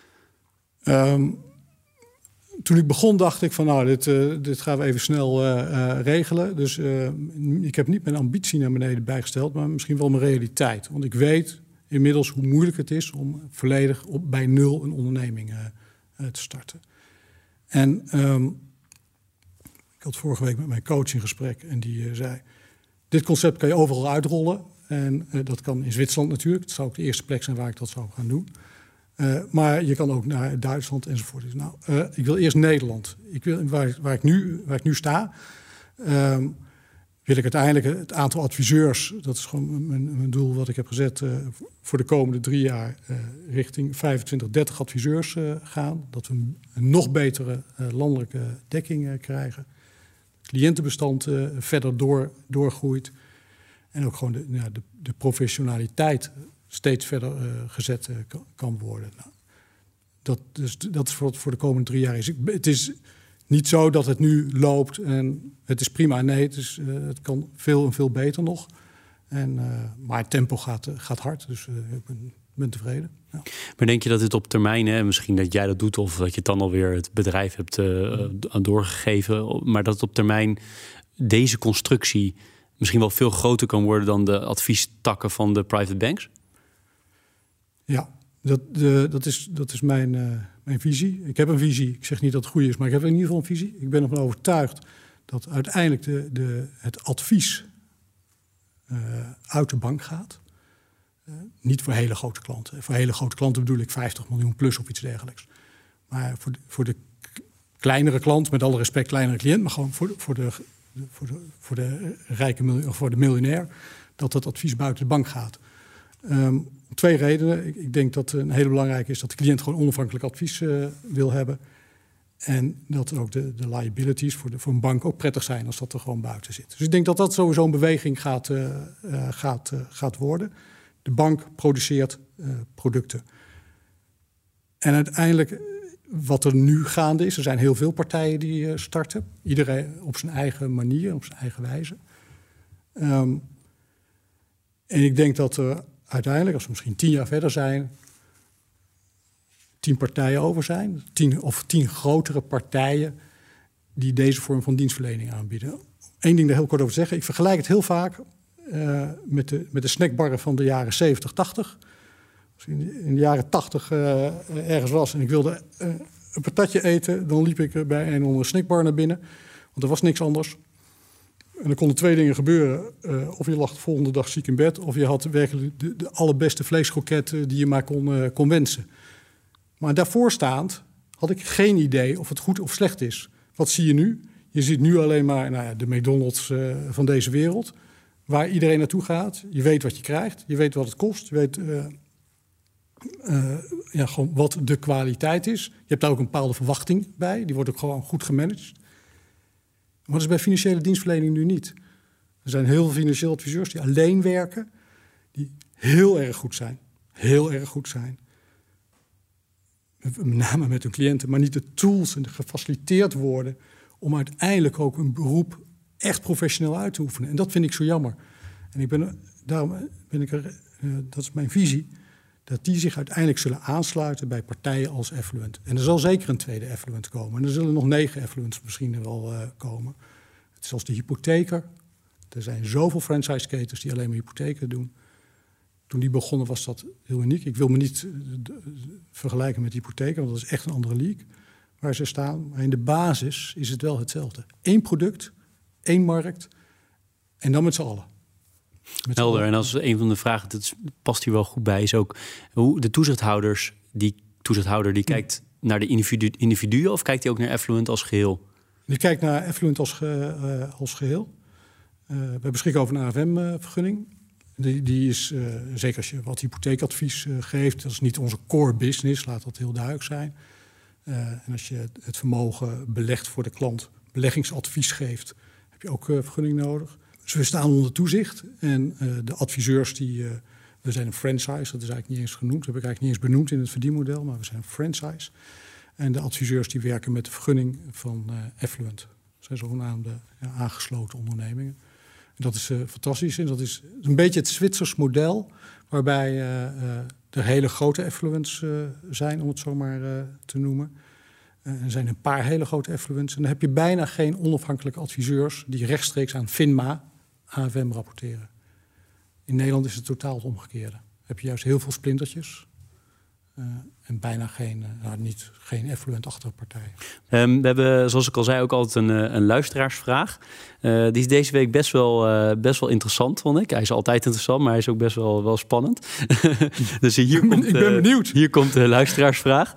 Um, toen ik begon dacht ik van nou, dit, uh, dit gaan we even snel uh, uh, regelen. Dus uh, ik heb niet mijn ambitie naar beneden bijgesteld, maar misschien wel mijn realiteit. Want ik weet inmiddels hoe moeilijk het is om volledig op, bij nul een onderneming uh, uh, te starten. En um, ik had vorige week met mijn coach in gesprek en die uh, zei, dit concept kan je overal uitrollen. En uh, dat kan in Zwitserland natuurlijk. Het zou ook de eerste plek zijn waar ik dat zou gaan doen. Uh, maar je kan ook naar Duitsland enzovoort. Dus nou, uh, ik wil eerst Nederland. Ik wil, waar, waar, ik nu, waar ik nu sta, um, wil ik uiteindelijk het aantal adviseurs, dat is gewoon mijn, mijn doel wat ik heb gezet, uh, voor de komende drie jaar uh, richting vijfentwintig, dertig adviseurs uh, gaan. Dat we een, een nog betere uh, landelijke dekking uh, krijgen. Het cliëntenbestand uh, verder door, doorgroeit. En ook gewoon de, ja, de, de professionaliteit steeds verder uh, gezet uh, kan, kan worden. Nou, dat, dus, dat is voor, voor de komende drie jaar. Is, ik, het is niet zo dat het nu loopt en het is prima. Nee, het, is, uh, het kan veel en veel beter nog. En, uh, maar het tempo gaat, uh, gaat hard, dus uh, ik ben, ben tevreden. Ja. Maar denk je dat het op termijn, hè, misschien dat jij dat doet of dat je het dan alweer het bedrijf hebt uh, doorgegeven, maar dat het op termijn deze constructie misschien wel veel groter kan worden dan de adviestakken van de private banks? Ja, dat, de, dat, is, dat is mijn, uh, mijn visie. Ik heb een visie. Ik zeg niet dat het goed is, maar ik heb in ieder geval een visie. Ik ben ervan overtuigd dat uiteindelijk de, de, het advies uh, uit de bank gaat. Uh, niet voor hele grote klanten. Voor hele grote klanten bedoel ik vijftig miljoen plus of iets dergelijks. Maar voor de, voor de kleinere klant, met alle respect kleinere cliënt, maar gewoon voor de, voor de, voor de, voor de rijke miljoen, of voor de miljonair, dat het advies buiten de bank gaat. Um, om twee redenen. Ik, ik denk dat een hele belangrijke is dat de cliënt gewoon onafhankelijk advies uh, wil hebben. En dat ook de, de liabilities voor, de, voor een bank ook prettig zijn als dat er gewoon buiten zit. Dus ik denk dat dat sowieso een beweging gaat, uh, uh, gaat, uh, gaat worden. De bank produceert uh, producten. En uiteindelijk, wat er nu gaande is, er zijn heel veel partijen die uh, starten. Iedereen op zijn eigen manier, op zijn eigen wijze. Um, en ik denk dat er uiteindelijk, als we misschien tien jaar verder zijn, tien partijen over zijn, tien of tien grotere partijen die deze vorm van dienstverlening aanbieden. Eén ding daar heel kort over te zeggen. Ik vergelijk het heel vaak uh, met, de, met de snackbarren van de jaren zeventig, tachtig. Als ik in de jaren tachtig uh, ergens was en ik wilde uh, een patatje eten, dan liep ik bij een onder snackbar naar binnen, want er was niks anders. En er konden twee dingen gebeuren. Uh, of je lag de volgende dag ziek in bed, of je had werkelijk de, de allerbeste vleeskroket die je maar kon, uh, kon wensen. Maar daarvoor staand had ik geen idee of het goed of slecht is. Wat zie je nu? Je ziet nu alleen maar nou ja, de McDonald's uh, van deze wereld, waar iedereen naartoe gaat. Je weet wat je krijgt, je weet wat het kost, je weet uh, uh, ja, gewoon wat de kwaliteit is. Je hebt daar ook een bepaalde verwachting bij, die wordt ook gewoon goed gemanaged. Maar dat is bij financiële dienstverlening nu niet. Er zijn heel veel financieel adviseurs die alleen werken, die heel erg goed zijn. Heel erg goed zijn. Met name met hun cliënten, maar niet de tools en gefaciliteerd worden om uiteindelijk ook een beroep echt professioneel uit te oefenen. En dat vind ik zo jammer. En ik ben, daarom ben ik er, uh, dat is mijn visie, dat die zich uiteindelijk zullen aansluiten bij partijen als Effluent. En er zal zeker een tweede Effluent komen. En er zullen nog negen Effluents misschien wel uh, komen. Het is als de hypotheker. Er zijn zoveel franchise-ketens die alleen maar hypotheken doen. Toen die begonnen was dat heel uniek. Ik wil me niet uh, d- vergelijken met hypotheken, want dat is echt een andere league. waar ze staan. Maar in de basis is het wel hetzelfde. Eén product, één markt en dan met z'n allen. Met Helder. z'n allen. En als een van de vragen, dat past hier wel goed bij, is ook hoe de toezichthouders, die toezichthouder die kijkt naar de individu, individuen of kijkt hij ook naar Effluent als geheel? Je kijkt naar Effluent als, ge, uh, als geheel. Uh, we beschikken over een A F M-vergunning. Die, die is, uh, zeker als je wat hypotheekadvies uh, geeft, dat is niet onze core business, laat dat heel duidelijk zijn. Uh, en als je het vermogen belegt voor de klant, beleggingsadvies geeft, heb je ook uh, vergunning nodig. Dus we staan onder toezicht. En uh, de adviseurs, die, uh, we zijn een franchise, dat is eigenlijk niet eens genoemd. Dat heb ik eigenlijk niet eens benoemd in het verdienmodel, maar we zijn een franchise. En de adviseurs die werken met de vergunning van uh, Effluent. Dat zijn zogenaamde ja, aangesloten ondernemingen. En dat is uh, fantastisch. En dat is een beetje het Zwitsers model, waarbij uh, uh, er hele grote effluents uh, zijn, om het zo maar uh, te noemen. Uh, er zijn een paar hele grote effluents. En dan heb je bijna geen onafhankelijke adviseurs die rechtstreeks aan FINMA, A F M, rapporteren. In Nederland is het totaal het omgekeerde. Dan heb je juist heel veel splintertjes. Uh, en bijna geen, uh, nou, niet, geen effluent-achtige partij. Um, we hebben, zoals ik al zei, ook altijd een, een luisteraarsvraag. Uh, die is deze week best wel, uh, best wel interessant, vond ik. Hij is altijd interessant, maar hij is ook best wel, wel spannend. Dus hier komt, ik ben benieuwd. Uh, hier komt de luisteraarsvraag.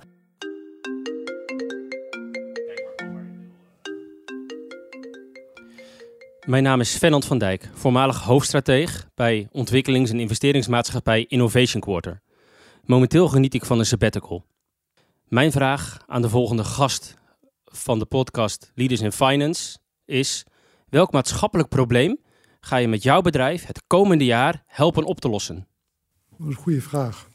Mijn naam is Fernand van Dijk, voormalig hoofdstrateeg bij ontwikkelings- en investeringsmaatschappij Innovation Quarter. Momenteel geniet ik van een sabbatical. Mijn vraag aan de volgende gast van de podcast Leaders in Finance is: welk maatschappelijk probleem ga je met jouw bedrijf het komende jaar helpen op te lossen? Dat is een goede vraag.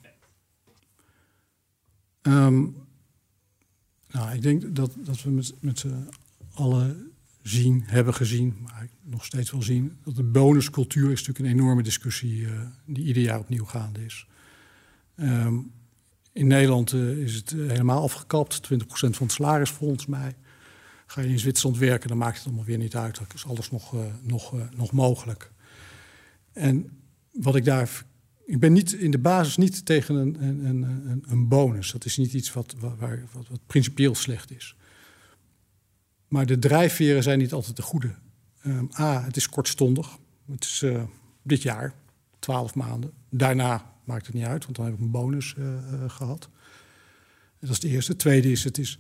Um, nou, ik denk dat, dat we met, met z'n allen zien, hebben gezien, maar nog steeds wel zien, dat de bonuscultuur is natuurlijk een enorme discussie uh, die ieder jaar opnieuw gaande is. Um, in Nederland uh, is het uh, helemaal afgekapt, twintig procent van het salaris volgens mij. Ga je in Zwitserland werken, dan maakt het allemaal weer niet uit. Dan is alles nog, uh, nog, uh, nog mogelijk. En wat ik daar... Ik ben niet, in de basis niet tegen een, een, een, een bonus. Dat is niet iets wat, waar, wat, wat principieel slecht is. Maar de drijfveren zijn niet altijd de goede. Um, A, het is kortstondig. Het is uh, dit jaar, twaalf maanden. Daarna maakt het niet uit, want dan heb ik een bonus uh, uh, gehad. Dat is de eerste. Het tweede is, het is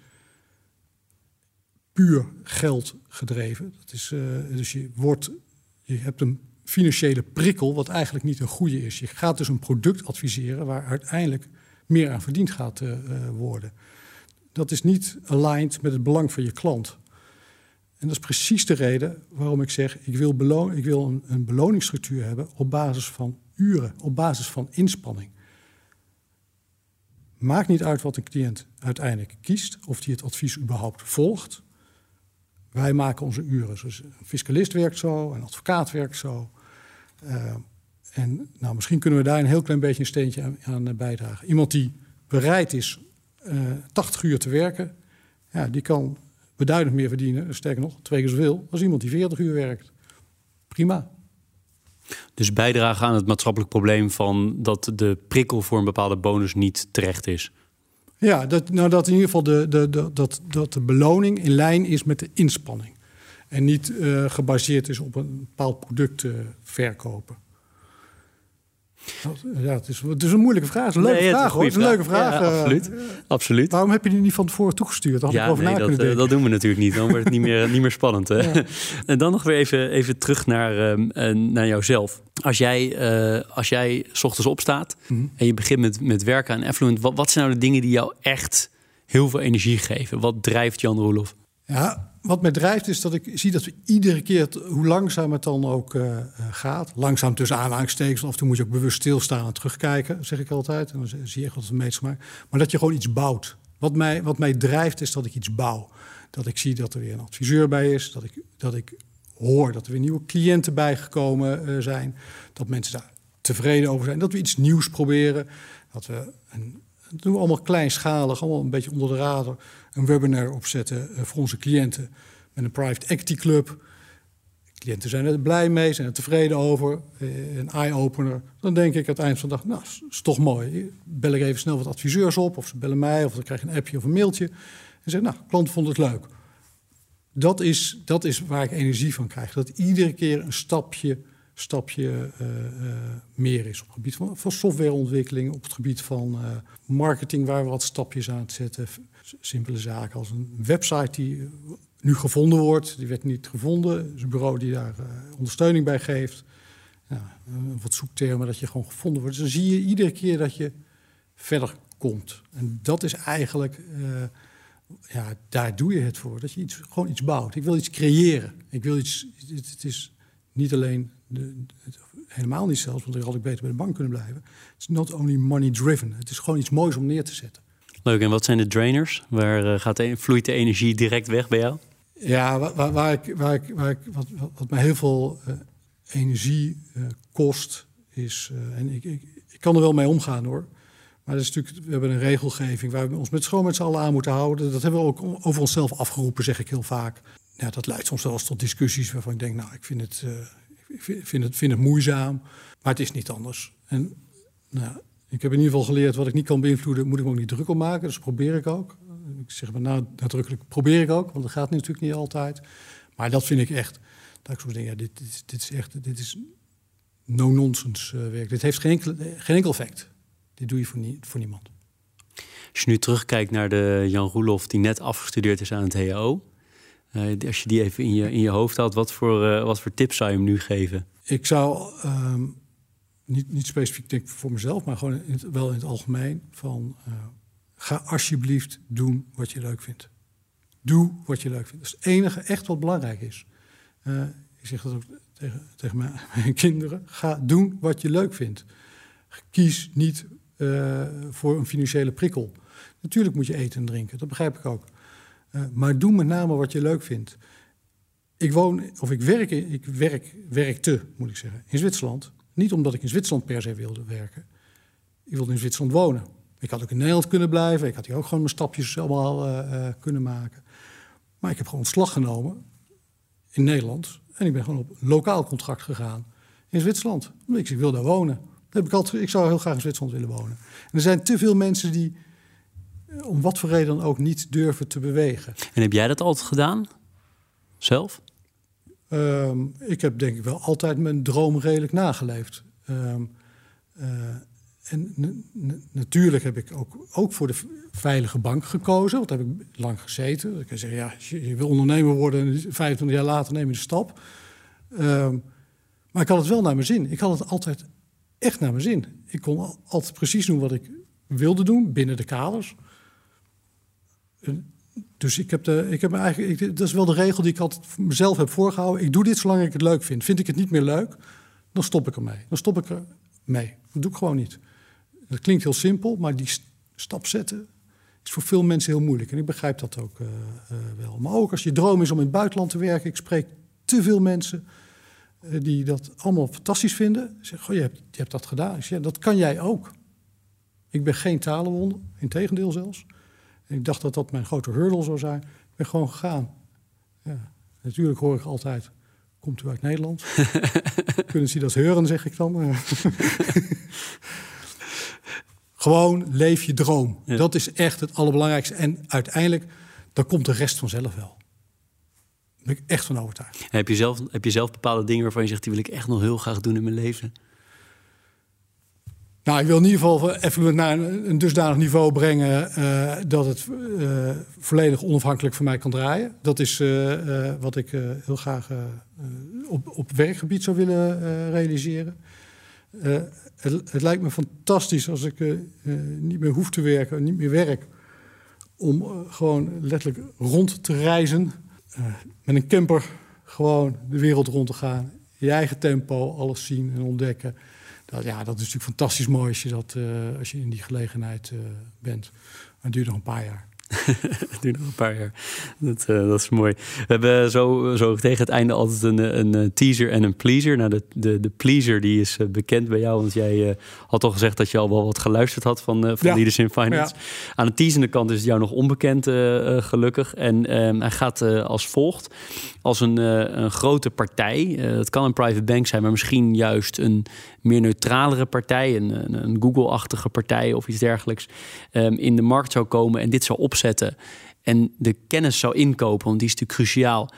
puur geld gedreven. Dat is, uh, dus je, wordt, je hebt een financiële prikkel, wat eigenlijk niet een goede is. Je gaat dus een product adviseren waar uiteindelijk meer aan verdiend gaat uh, uh, worden. Dat is niet aligned met het belang van je klant. En dat is precies de reden waarom ik zeg, ik wil, beloon, ik wil een, een beloningsstructuur hebben op basis van uren, op basis van inspanning. Maakt niet uit wat een cliënt uiteindelijk kiest, of die het advies überhaupt volgt. Wij maken onze uren. Dus een fiscalist werkt zo, een advocaat werkt zo. Uh, en nou, misschien kunnen we daar een heel klein beetje een steentje aan, aan bijdragen. Iemand die bereid is uh, tachtig uur te werken, ja, die kan beduidend meer verdienen, sterker nog, twee keer zoveel, als iemand die veertig uur werkt. Prima. Dus bijdragen aan het maatschappelijk probleem van dat de prikkel voor een bepaalde bonus niet terecht is. Ja, dat, nou, dat in ieder geval de, de, de, dat, dat de beloning in lijn is met de inspanning. En niet uh, gebaseerd is op een bepaald product uh, verkopen. Ja, het is, het is een moeilijke vraag. Het is een leuke nee, vraag, hoor. Het is een leuke vraag. Ja, absoluut. Uh, absoluut. Waarom heb je die niet van tevoren toegestuurd? Dan had ja, ik over nee, na dat, kunnen denken. dat doen we natuurlijk niet. Dan wordt het niet meer, niet meer spannend. Hè? Ja. En dan nog weer even, even terug naar, uh, naar jouzelf. Als jij, uh, als jij 's ochtends opstaat mm-hmm. en je begint met, met werken aan Effluent, wat, wat zijn nou de dingen die jou echt heel veel energie geven? Wat drijft Jan Roelof? Ja, wat mij drijft is dat ik zie dat we iedere keer, het, hoe langzaam het dan ook uh, gaat, langzaam tussen aanhalingstekens, of dan moet je ook bewust stilstaan en terugkijken, zeg ik altijd. En dan zie je echt wat het meest gemaakt. Maar dat je gewoon iets bouwt. Wat mij, wat mij drijft is dat ik iets bouw. Dat ik zie dat er weer een adviseur bij is, dat ik, dat ik hoor dat er weer nieuwe cliënten bijgekomen uh, zijn, dat mensen daar tevreden over zijn, dat we iets nieuws proberen, dat we een Dat doen we allemaal kleinschalig, allemaal een beetje onder de radar. Een webinar opzetten voor onze cliënten met een private equity club. De cliënten zijn er blij mee, zijn er tevreden over. Een eye-opener. Dan denk ik aan het eind van de dag, nou, is toch mooi. Bel ik even snel wat adviseurs op, of ze bellen mij, of dan krijg je een appje of een mailtje. En En zeggen, nou, klant vond het leuk. Dat is, dat is waar ik energie van krijg. Dat iedere keer een stapje, stapje uh, uh, meer is. Op het gebied van, van softwareontwikkeling, op het gebied van uh, marketing, waar we wat stapjes aan zetten. Simpele zaken als een website die nu gevonden wordt. Die werd niet gevonden. Er is een bureau die daar uh, ondersteuning bij geeft. Ja, wat zoektermen, dat je gewoon gevonden wordt. Dus dan zie je iedere keer dat je verder komt. En dat is eigenlijk, uh, ja, daar doe je het voor. Dat je iets, gewoon iets bouwt. Ik wil iets creëren. Ik wil iets, het, het is niet alleen, de, het, helemaal niet zelfs, want ik had ik beter bij de bank kunnen blijven. Het is not only money driven. Het is gewoon iets moois om neer te zetten. Leuk, en wat zijn de drainers? Waar uh, gaat de, vloeit de energie direct weg bij jou? Ja, waar, waar, waar ik, waar ik, waar ik, wat, wat, wat mij heel veel uh, energie uh, kost, is... Uh, en ik, ik, ik kan er wel mee omgaan, hoor. Maar dat is natuurlijk, we hebben een regelgeving waar we ons met schoon met z'n allen aan moeten houden. Dat hebben we ook over onszelf afgeroepen, zeg ik heel vaak. Ja, dat leidt soms wel eens tot discussies waarvan ik denk, nou, ik vind het, uh, ik vind, vind het, vind het moeizaam. Maar het is niet anders. En nou, ik heb in ieder geval geleerd, wat ik niet kan beïnvloeden, moet ik me ook niet druk op maken. Dus probeer ik ook. Ik zeg maar nadrukkelijk, probeer ik ook, want dat gaat natuurlijk niet altijd. Maar dat vind ik echt, dat ik zo denk, ja, dit, dit, dit is echt, dit is no-nonsense uh, werk. Dit heeft geen enkel, geen enkel effect. Dit doe je voor, nie, voor niemand. Als je nu terugkijkt naar de Jan Roelof die net afgestudeerd is aan het H O. Uh, als je die even in je, in je hoofd had, wat voor, uh, wat voor tips zou je hem nu geven? Ik zou, um, niet, niet specifiek denk ik voor mezelf, maar gewoon in het, wel in het algemeen, van uh, ga alsjeblieft doen wat je leuk vindt. Doe wat je leuk vindt. Dat is het enige echt wat belangrijk is. Uh, ik zeg dat ook tegen, tegen mijn, mijn kinderen. Ga doen wat je leuk vindt. Kies niet uh, voor een financiële prikkel. Natuurlijk moet je eten en drinken, dat begrijp ik ook. Uh, maar doe met name wat je leuk vindt. Ik woon, of ik werk, ik werk, werkte, moet ik zeggen, in Zwitserland. Niet omdat ik in Zwitserland per se wilde werken. Ik wilde in Zwitserland wonen. Ik had ook in Nederland kunnen blijven. Ik had hier ook gewoon mijn stapjes allemaal uh, uh, kunnen maken. Maar ik heb gewoon ontslag genomen in Nederland. En ik ben gewoon op lokaal contract gegaan in Zwitserland. Ik wil daar wonen. Heb ik, altijd, ik zou heel graag in Zwitserland willen wonen. En er zijn te veel mensen die om wat voor reden dan ook niet durven te bewegen. En heb jij dat altijd gedaan? Zelf? Um, ik heb denk ik wel altijd mijn droom redelijk nageleefd. Um, uh, en n- n- natuurlijk heb ik ook, ook voor de veilige bank gekozen. Want daar heb ik lang gezeten. Ik kan zeggen, ja, je, je wil ondernemer worden en vijfentwintig jaar later neem je de stap. Um, maar ik had het wel naar mijn zin. Ik had het altijd echt naar mijn zin. Ik kon altijd precies doen wat ik wilde doen binnen de kaders. Dus ik heb, de, ik heb me eigenlijk, ik, dat is wel de regel die ik altijd voor mezelf heb voorgehouden. Ik doe dit zolang ik het leuk vind. Vind ik het niet meer leuk, dan stop ik ermee. Dan stop ik ermee. Dat doe ik gewoon niet. Dat klinkt heel simpel, maar die stap zetten is voor veel mensen heel moeilijk. En ik begrijp dat ook uh, uh, wel. Maar ook als je droom is om in het buitenland te werken. Ik spreek te veel mensen uh, die dat allemaal fantastisch vinden. Zeg, goh, je hebt, je hebt dat gedaan. Ik zeg, ja, dat kan jij ook. Ik ben geen talenwonder, integendeel zelfs. En ik dacht dat dat mijn grote hurdle zou zijn. Ik ben gewoon gegaan. Ja, natuurlijk hoor ik altijd, komt u uit Nederland? Kunnen ze dat horen, zeg ik dan. Gewoon leef je droom. Ja. Dat is echt het allerbelangrijkste. En uiteindelijk, dan komt de rest vanzelf wel. Daar ben ik echt van overtuigd. En heb je zelf, heb je zelf bepaalde dingen waarvan je zegt, die wil ik echt nog heel graag doen in mijn leven? Nou, ik wil in ieder geval even naar een, een dusdanig niveau brengen uh, dat het uh, volledig onafhankelijk voor mij kan draaien. Dat is uh, uh, wat ik uh, heel graag uh, op, op werkgebied zou willen uh, realiseren. Uh, het, het lijkt me fantastisch als ik uh, uh, niet meer hoef te werken, niet meer werk, om uh, gewoon letterlijk rond te reizen. Uh, met een camper gewoon de wereld rond te gaan. Je eigen tempo, alles zien en ontdekken. Dat, ja, dat is natuurlijk fantastisch mooi als je, dat, uh, als je in die gelegenheid uh, bent. Maar het duurt nog een paar jaar. Het duurt nog een paar jaar. Dat, uh, dat is mooi. We hebben zo, zo tegen het einde altijd een, een teaser en een pleaser. Nou, de, de, de pleaser die is uh, bekend bij jou. Want jij uh, had al gezegd dat je al wel wat geluisterd had van, uh, van ja. Leaders in Finance. Ja. Aan de teasende kant is het jou nog onbekend, uh, uh, gelukkig. En uh, hij gaat uh, als volgt. Als een, uh, een grote partij. Uh, het kan een private bank zijn, maar misschien juist een meer neutralere partij. Een, een, een Google-achtige partij of iets dergelijks. Um, in de markt zou komen en dit zou opzetten. en de kennis zou inkopen, want die is natuurlijk cruciaal,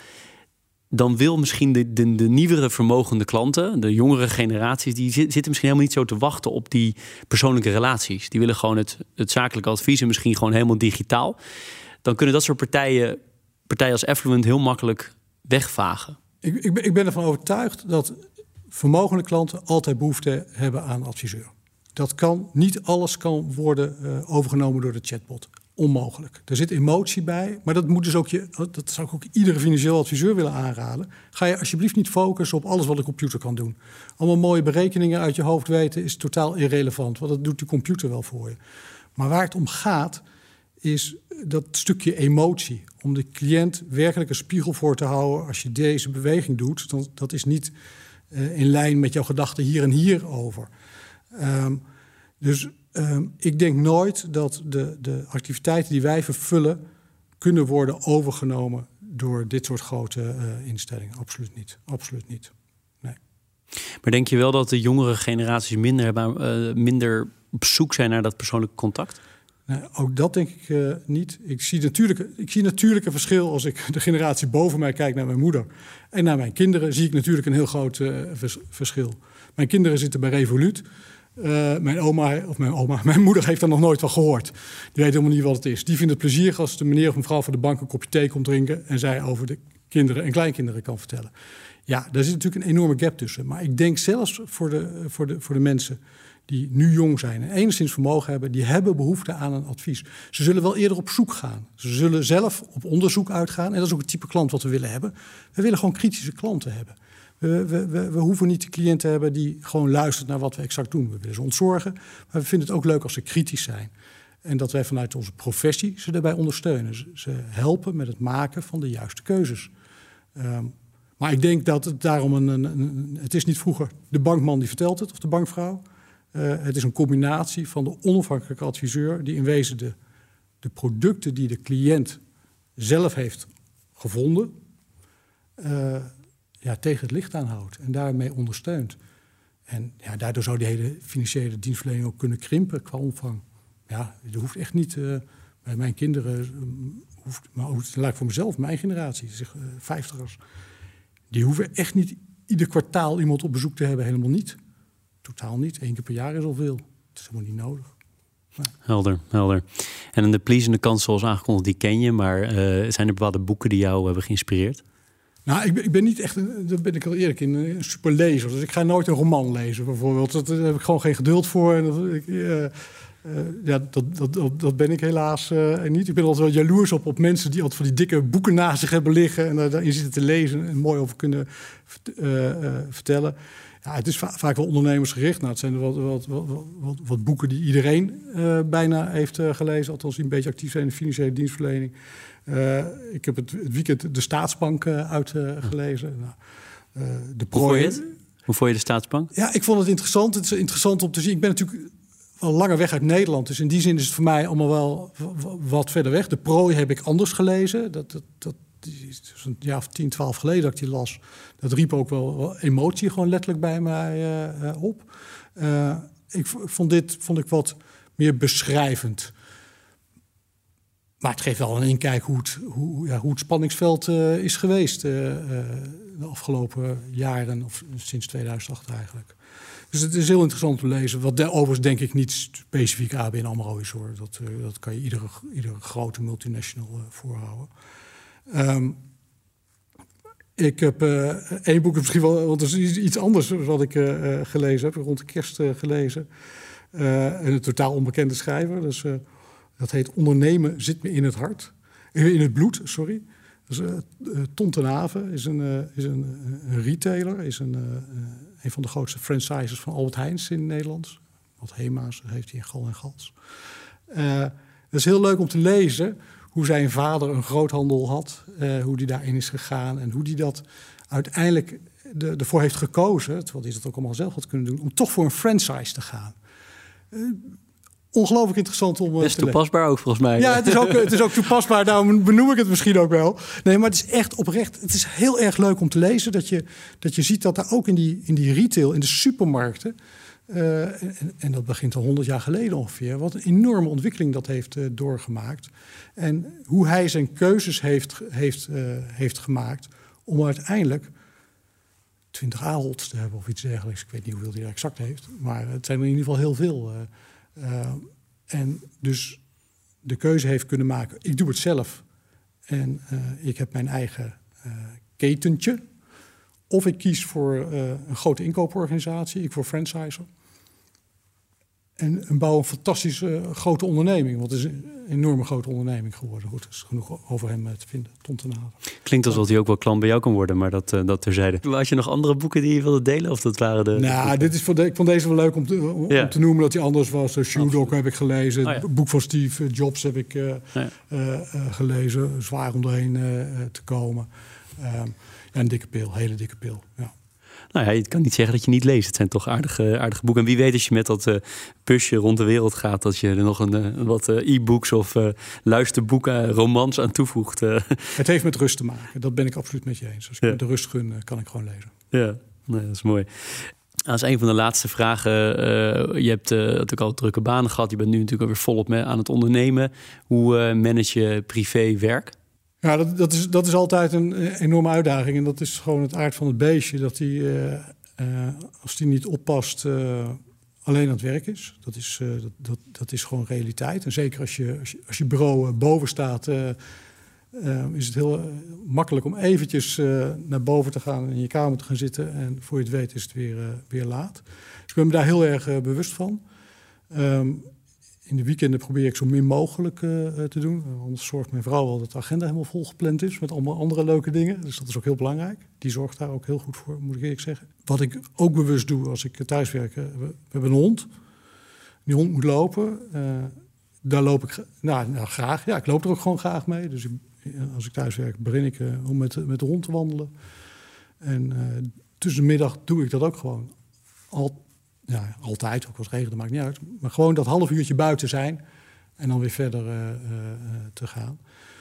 dan wil misschien de, de, de nieuwere vermogende klanten, de jongere generaties, die zitten misschien helemaal niet zo te wachten op die persoonlijke relaties. Die willen gewoon het, het zakelijke advies en misschien gewoon helemaal digitaal. Dan kunnen dat soort partijen, partijen als Affluent heel makkelijk wegvagen. Ik, ik, ben, ik ben ervan overtuigd dat vermogende klanten altijd behoefte hebben aan een adviseur. Dat kan, niet alles kan worden uh, overgenomen door de chatbot. Onmogelijk. Er zit emotie bij, maar dat moet dus ook je, dat zou ik ook iedere financieel adviseur willen aanraden. Ga je alsjeblieft niet focussen op alles wat de computer kan doen. Allemaal mooie berekeningen uit je hoofd weten is totaal irrelevant, want dat doet de computer wel voor je. Maar waar het om gaat, is dat stukje emotie. Om de cliënt werkelijk een spiegel voor te houden. Als je deze beweging doet, dan dat is niet uh, in lijn met jouw gedachten hier en hier over. Um, dus um, ik denk nooit dat de, de activiteiten die wij vervullen kunnen worden overgenomen door dit soort grote uh, instellingen. Absoluut niet. Absoluut niet. Nee. Maar denk je wel dat de jongere generaties minder, hebben, uh, minder op zoek zijn naar dat persoonlijke contact? Nou, ook dat denk ik uh, niet. Ik zie, natuurlijk, ik zie natuurlijk een verschil als ik de generatie boven mij kijk naar mijn moeder. En naar mijn kinderen zie ik natuurlijk een heel groot uh, vers, verschil. Mijn kinderen zitten bij Revolut. Uh, mijn oma, of mijn oma, mijn moeder heeft daar nog nooit van gehoord. Die weet helemaal niet wat het is. Die vindt het plezierig als de meneer of mevrouw van de bank een kopje thee komt drinken en zij over de kinderen en kleinkinderen kan vertellen. Ja, daar zit natuurlijk een enorme gap tussen. Maar ik denk zelfs voor de, voor de, voor de mensen die nu jong zijn en enigszins vermogen hebben, die hebben behoefte aan een advies. Ze zullen wel eerder op zoek gaan. Ze zullen zelf op onderzoek uitgaan. En dat is ook het type klant wat we willen hebben. We willen gewoon kritische klanten hebben. We, we, we, we hoeven niet de cliënt te hebben die gewoon luistert naar wat we exact doen. We willen ze ontzorgen, maar we vinden het ook leuk als ze kritisch zijn. En dat wij vanuit onze professie ze daarbij ondersteunen. Ze, ze helpen met het maken van de juiste keuzes. Um, maar ik denk dat het daarom een, een, een... Het is niet vroeger de bankman die vertelt het, of de bankvrouw. Uh, het is een combinatie van de onafhankelijke adviseur die in wezen de, de producten die de cliënt zelf heeft gevonden, Uh, ja, tegen het licht aanhoudt en daarmee ondersteunt. En ja, daardoor zou die hele financiële dienstverlening ook kunnen krimpen qua omvang. Ja, er hoeft echt niet uh, bij mijn kinderen, uh, hoeft, maar ook laat ik voor mezelf, mijn generatie, zeg uh, vijftigers, die hoeven echt niet ieder kwartaal iemand op bezoek te hebben, helemaal niet. Totaal niet. Eén keer per jaar is al veel. Het is helemaal niet nodig. Maar... Helder, helder. En de pleasende kans zoals aangekondigd, die ken je, maar uh, zijn er bepaalde boeken die jou hebben geïnspireerd? Nou, ik ben, ik ben niet echt, een, daar ben ik al eerlijk in, een superlezer. Dus ik ga nooit een roman lezen, bijvoorbeeld. Dat, daar heb ik gewoon geen geduld voor. En dat, ik, uh, uh, ja, dat, dat, dat, dat ben ik helaas uh, niet. Ik ben altijd wel jaloers op, op mensen die altijd van die dikke boeken naast zich hebben liggen en uh, daarin zitten te lezen en mooi over kunnen uh, uh, vertellen. Ja, het is va- vaak wel ondernemersgericht. Nou, het zijn er wat, wat, wat, wat, wat boeken die iedereen uh, bijna heeft uh, gelezen. Althans, die een beetje actief zijn in de financiële dienstverlening. Uh, ik heb het, het weekend de Staatsbank uh, uitgelezen. Uh, nou, uh, de Hoe vond je het? Hoe vond je de Staatsbank? Ja, ik vond het interessant. Het is interessant om te zien. Ik ben natuurlijk al langer weg uit Nederland. Dus in die zin is het voor mij allemaal wel w- wat verder weg. De Prooi heb ik anders gelezen. Dat, dat, dat is een jaar of tien, twaalf geleden dat ik die las. Dat riep ook wel, wel emotie gewoon letterlijk bij mij uh, uh, op. Uh, ik vond dit vond ik wat meer beschrijvend. Maar het geeft wel een inkijk hoe het, hoe, ja, hoe het spanningsveld uh, is geweest uh, uh, de afgelopen jaren, of sinds tweeduizend acht eigenlijk. Dus het is heel interessant te lezen. Wat de, overigens denk ik niet specifiek A B N AMRO is, hoor. Dat, uh, dat kan je iedere, iedere grote multinational uh, voorhouden. Um, ik heb uh, één boek, misschien wel, want er is iets anders wat ik uh, gelezen heb, rond de kerst uh, gelezen. Uh, een totaal onbekende schrijver. Dus uh, dat heet Ondernemen zit me in het hart. In het bloed, sorry. Dus, uh, Ton ten Have is een, uh, is een, een retailer, is een, uh, een van de grootste franchises van Albert Heijns in Nederland. Wat Hema's heeft hij in Gal en Gals. Uh, het is heel leuk om te lezen hoe zijn vader een groothandel had, uh, hoe die daarin is gegaan en hoe die dat uiteindelijk de, ervoor heeft gekozen, terwijl hij dat ook allemaal zelf had kunnen doen, om toch voor een franchise te gaan. Uh, ongelooflijk interessant om Best te toepasbaar ook, volgens mij. Ja, het is, ook, het is ook toepasbaar, daarom benoem ik het misschien ook wel. Nee, maar het is echt oprecht, het is heel erg leuk om te lezen dat je, dat je ziet dat daar ook in die, in die retail, in de supermarkten, Uh, en, en dat begint al honderd jaar geleden ongeveer. Wat een enorme ontwikkeling dat heeft uh, doorgemaakt. En hoe hij zijn keuzes heeft, heeft, uh, heeft gemaakt om uiteindelijk twintig Aholds te hebben of iets dergelijks. Ik weet niet hoeveel hij er exact heeft, maar het zijn er in ieder geval heel veel. Uh, uh, en dus de keuze heeft kunnen maken. Ik doe het zelf en uh, ik heb mijn eigen uh, ketentje. Of ik kies voor uh, een grote inkooporganisatie, ik voor franchiser. En, en bouw een fantastische uh, grote onderneming. Want het is een enorme grote onderneming geworden. Goed, er is genoeg over hem uh, te vinden, Ton ten Hove. Klinkt alsof hij ook wel klant bij jou kan worden, maar dat, uh, dat terzijde. Had je nog andere boeken die je wilde delen? Of dat waren de... Nou, dit is voor de, ik vond deze wel leuk om te, om ja. te noemen dat hij anders was. Uh, Shoe Dog heb ik gelezen. Oh, ja. Het boek van Steve Jobs heb ik uh, ja. uh, uh, gelezen. Zwaar om doorheen uh, te komen. Um, Ja, een dikke pil, hele dikke pil. Ja. Nou ja, je kan niet zeggen dat je niet leest. Het zijn toch aardige, aardige boeken. En wie weet als je met dat uh, busje rond de wereld gaat, dat je er nog een, uh, wat uh, e-books of uh, luisterboeken, uh, romans aan toevoegt. Uh. Het heeft met rust te maken. Dat ben ik absoluut met je eens. Als ik ja. de rust gun, uh, kan ik gewoon lezen. Ja, nee, dat is mooi. Als een van de laatste vragen. Uh, je hebt uh, natuurlijk al drukke banen gehad. Je bent nu natuurlijk alweer volop mee aan het ondernemen. Hoe uh, manage je privé werk? Ja, dat, dat, is, dat is altijd een enorme uitdaging. En dat is gewoon het aard van het beestje. Dat hij, uh, uh, als hij niet oppast, uh, alleen aan het werk is. Dat is, uh, dat, dat, dat is gewoon realiteit. En zeker als je, als je, als je bureau uh, boven staat, uh, uh, is het heel uh, makkelijk om eventjes uh, naar boven te gaan en in je kamer te gaan zitten. En voor je het weet is het weer, uh, weer laat. Dus ik ben me daar heel erg uh, bewust van. Um, In de weekenden probeer ik zo min mogelijk uh, te doen. Anders zorgt mijn vrouw wel dat de agenda helemaal volgepland is met allemaal andere leuke dingen. Dus dat is ook heel belangrijk. Die zorgt daar ook heel goed voor, moet ik eerlijk zeggen. Wat ik ook bewust doe als ik thuis werk. We, we hebben een hond. Die hond moet lopen. Uh, daar loop ik nou, nou, graag. Ja, ik loop er ook gewoon graag mee. Dus ik, als ik thuis werk, begin ik uh, om met, met de hond te wandelen. En uh, tussen de middag doe ik dat ook gewoon. Al, Ja, altijd, ook wat regen, dat maakt niet uit. Maar gewoon dat half uurtje buiten zijn en dan weer verder uh, uh, te gaan.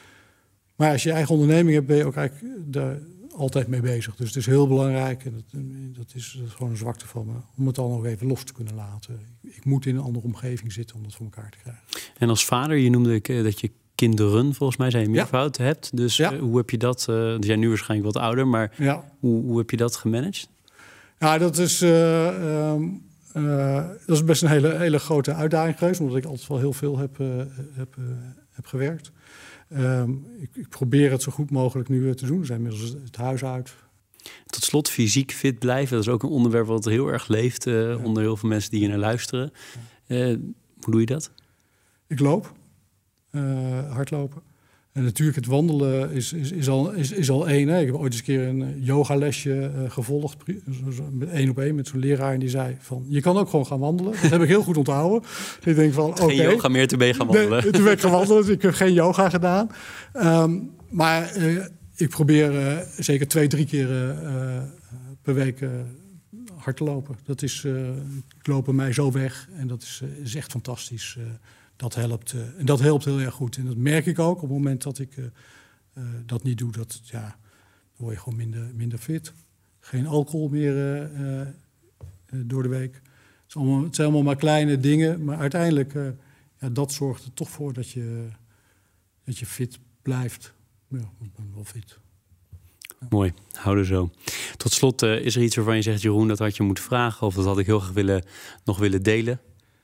Maar als je je eigen onderneming hebt, ben je ook eigenlijk daar altijd mee bezig. Dus het is heel belangrijk, en dat, dat, is, dat is gewoon een zwakte van me, om het dan nog even los te kunnen laten. Ik moet in een andere omgeving zitten om dat voor elkaar te krijgen. En als vader, je noemde ik dat je kinderen, volgens mij zijn je meervoud ja. hebt. Dus ja. uh, hoe heb je dat, uh, die zijn nu waarschijnlijk wat ouder, maar ja. hoe, hoe heb je dat gemanaged? Ja, dat is... Uh, um, Uh, dat is best een hele, hele grote uitdaging geweest, omdat ik altijd wel heel veel heb, uh, heb, uh, heb gewerkt. Um, ik, ik probeer het zo goed mogelijk nu te doen. We zijn inmiddels het huis uit. Tot slot, fysiek fit blijven. Dat is ook een onderwerp wat heel erg leeft uh, ja. onder heel veel mensen die hier naar luisteren. Uh, hoe doe je dat? Ik loop. Uh, hardlopen. En natuurlijk, het wandelen is, is, is, al, is, is al één. Hè. Ik heb ooit eens een keer een yogalesje uh, gevolgd. één op één met zo'n leraar. En die zei van, je kan ook gewoon gaan wandelen. Dat heb ik heel goed onthouden. Ik denk van, oké. Okay, geen yoga meer, toen ben je gaan wandelen. Nee, toen ben ik gaan wandelen, dus ik heb geen yoga gedaan. Um, maar uh, ik probeer uh, zeker twee, drie keer uh, per week uh, hard te lopen. Dat is, uh, ik loop mij zo weg. En dat is, uh, is echt fantastisch. Uh, Dat helpt, uh, en dat helpt heel erg goed. En dat merk ik ook op het moment dat ik uh, uh, dat niet doe. Dat, ja, dan word je gewoon minder, minder fit. Geen alcohol meer uh, uh, door de week. Het, is allemaal, het zijn allemaal maar kleine dingen. Maar uiteindelijk, uh, ja, dat zorgt er toch voor dat je, dat je fit blijft. Ja, ik ben wel fit. Ja. Mooi, houden zo. Tot slot, uh, is er iets waarvan je zegt, Jeroen, dat had je moeten vragen? Of dat had ik heel graag willen, nog willen delen?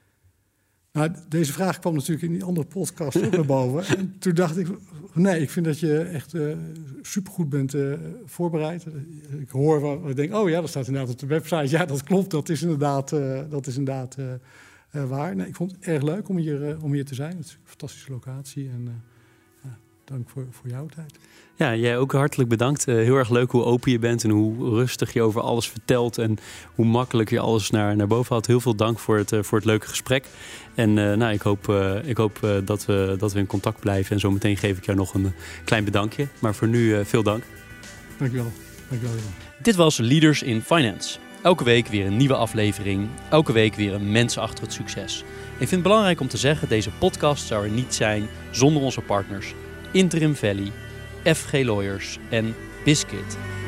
Nou, deze vraag kwam natuurlijk in die andere podcast ook naar boven. En toen dacht ik, nee, ik vind dat je echt uh, supergoed bent uh, voorbereid. Ik hoor wat ik denk, oh ja, dat staat inderdaad op de website. Ja, dat klopt, dat is inderdaad, uh, dat is inderdaad uh, uh, waar. Nee, ik vond het erg leuk om hier, uh, om hier te zijn. Het is een fantastische locatie en uh, ja, dank voor, voor jouw tijd. Ja, jij ook hartelijk bedankt. Uh, heel erg leuk hoe open je bent en hoe rustig je over alles vertelt en hoe makkelijk je alles naar, naar boven haalt. Heel veel dank voor het, uh, voor het leuke gesprek. En uh, nou, ik hoop, uh, ik hoop uh, dat, we, dat we in contact blijven. En zometeen geef ik jou nog een uh, klein bedankje. Maar voor nu uh, veel dank. Dankjewel. Dankjewel. Dit was Leaders in Finance. Elke week weer een nieuwe aflevering. Elke week weer een mens achter het succes. Ik vind het belangrijk om te zeggen, deze podcast zou er niet zijn zonder onze partners Interim Valley, F G Lawyers en Biscuit.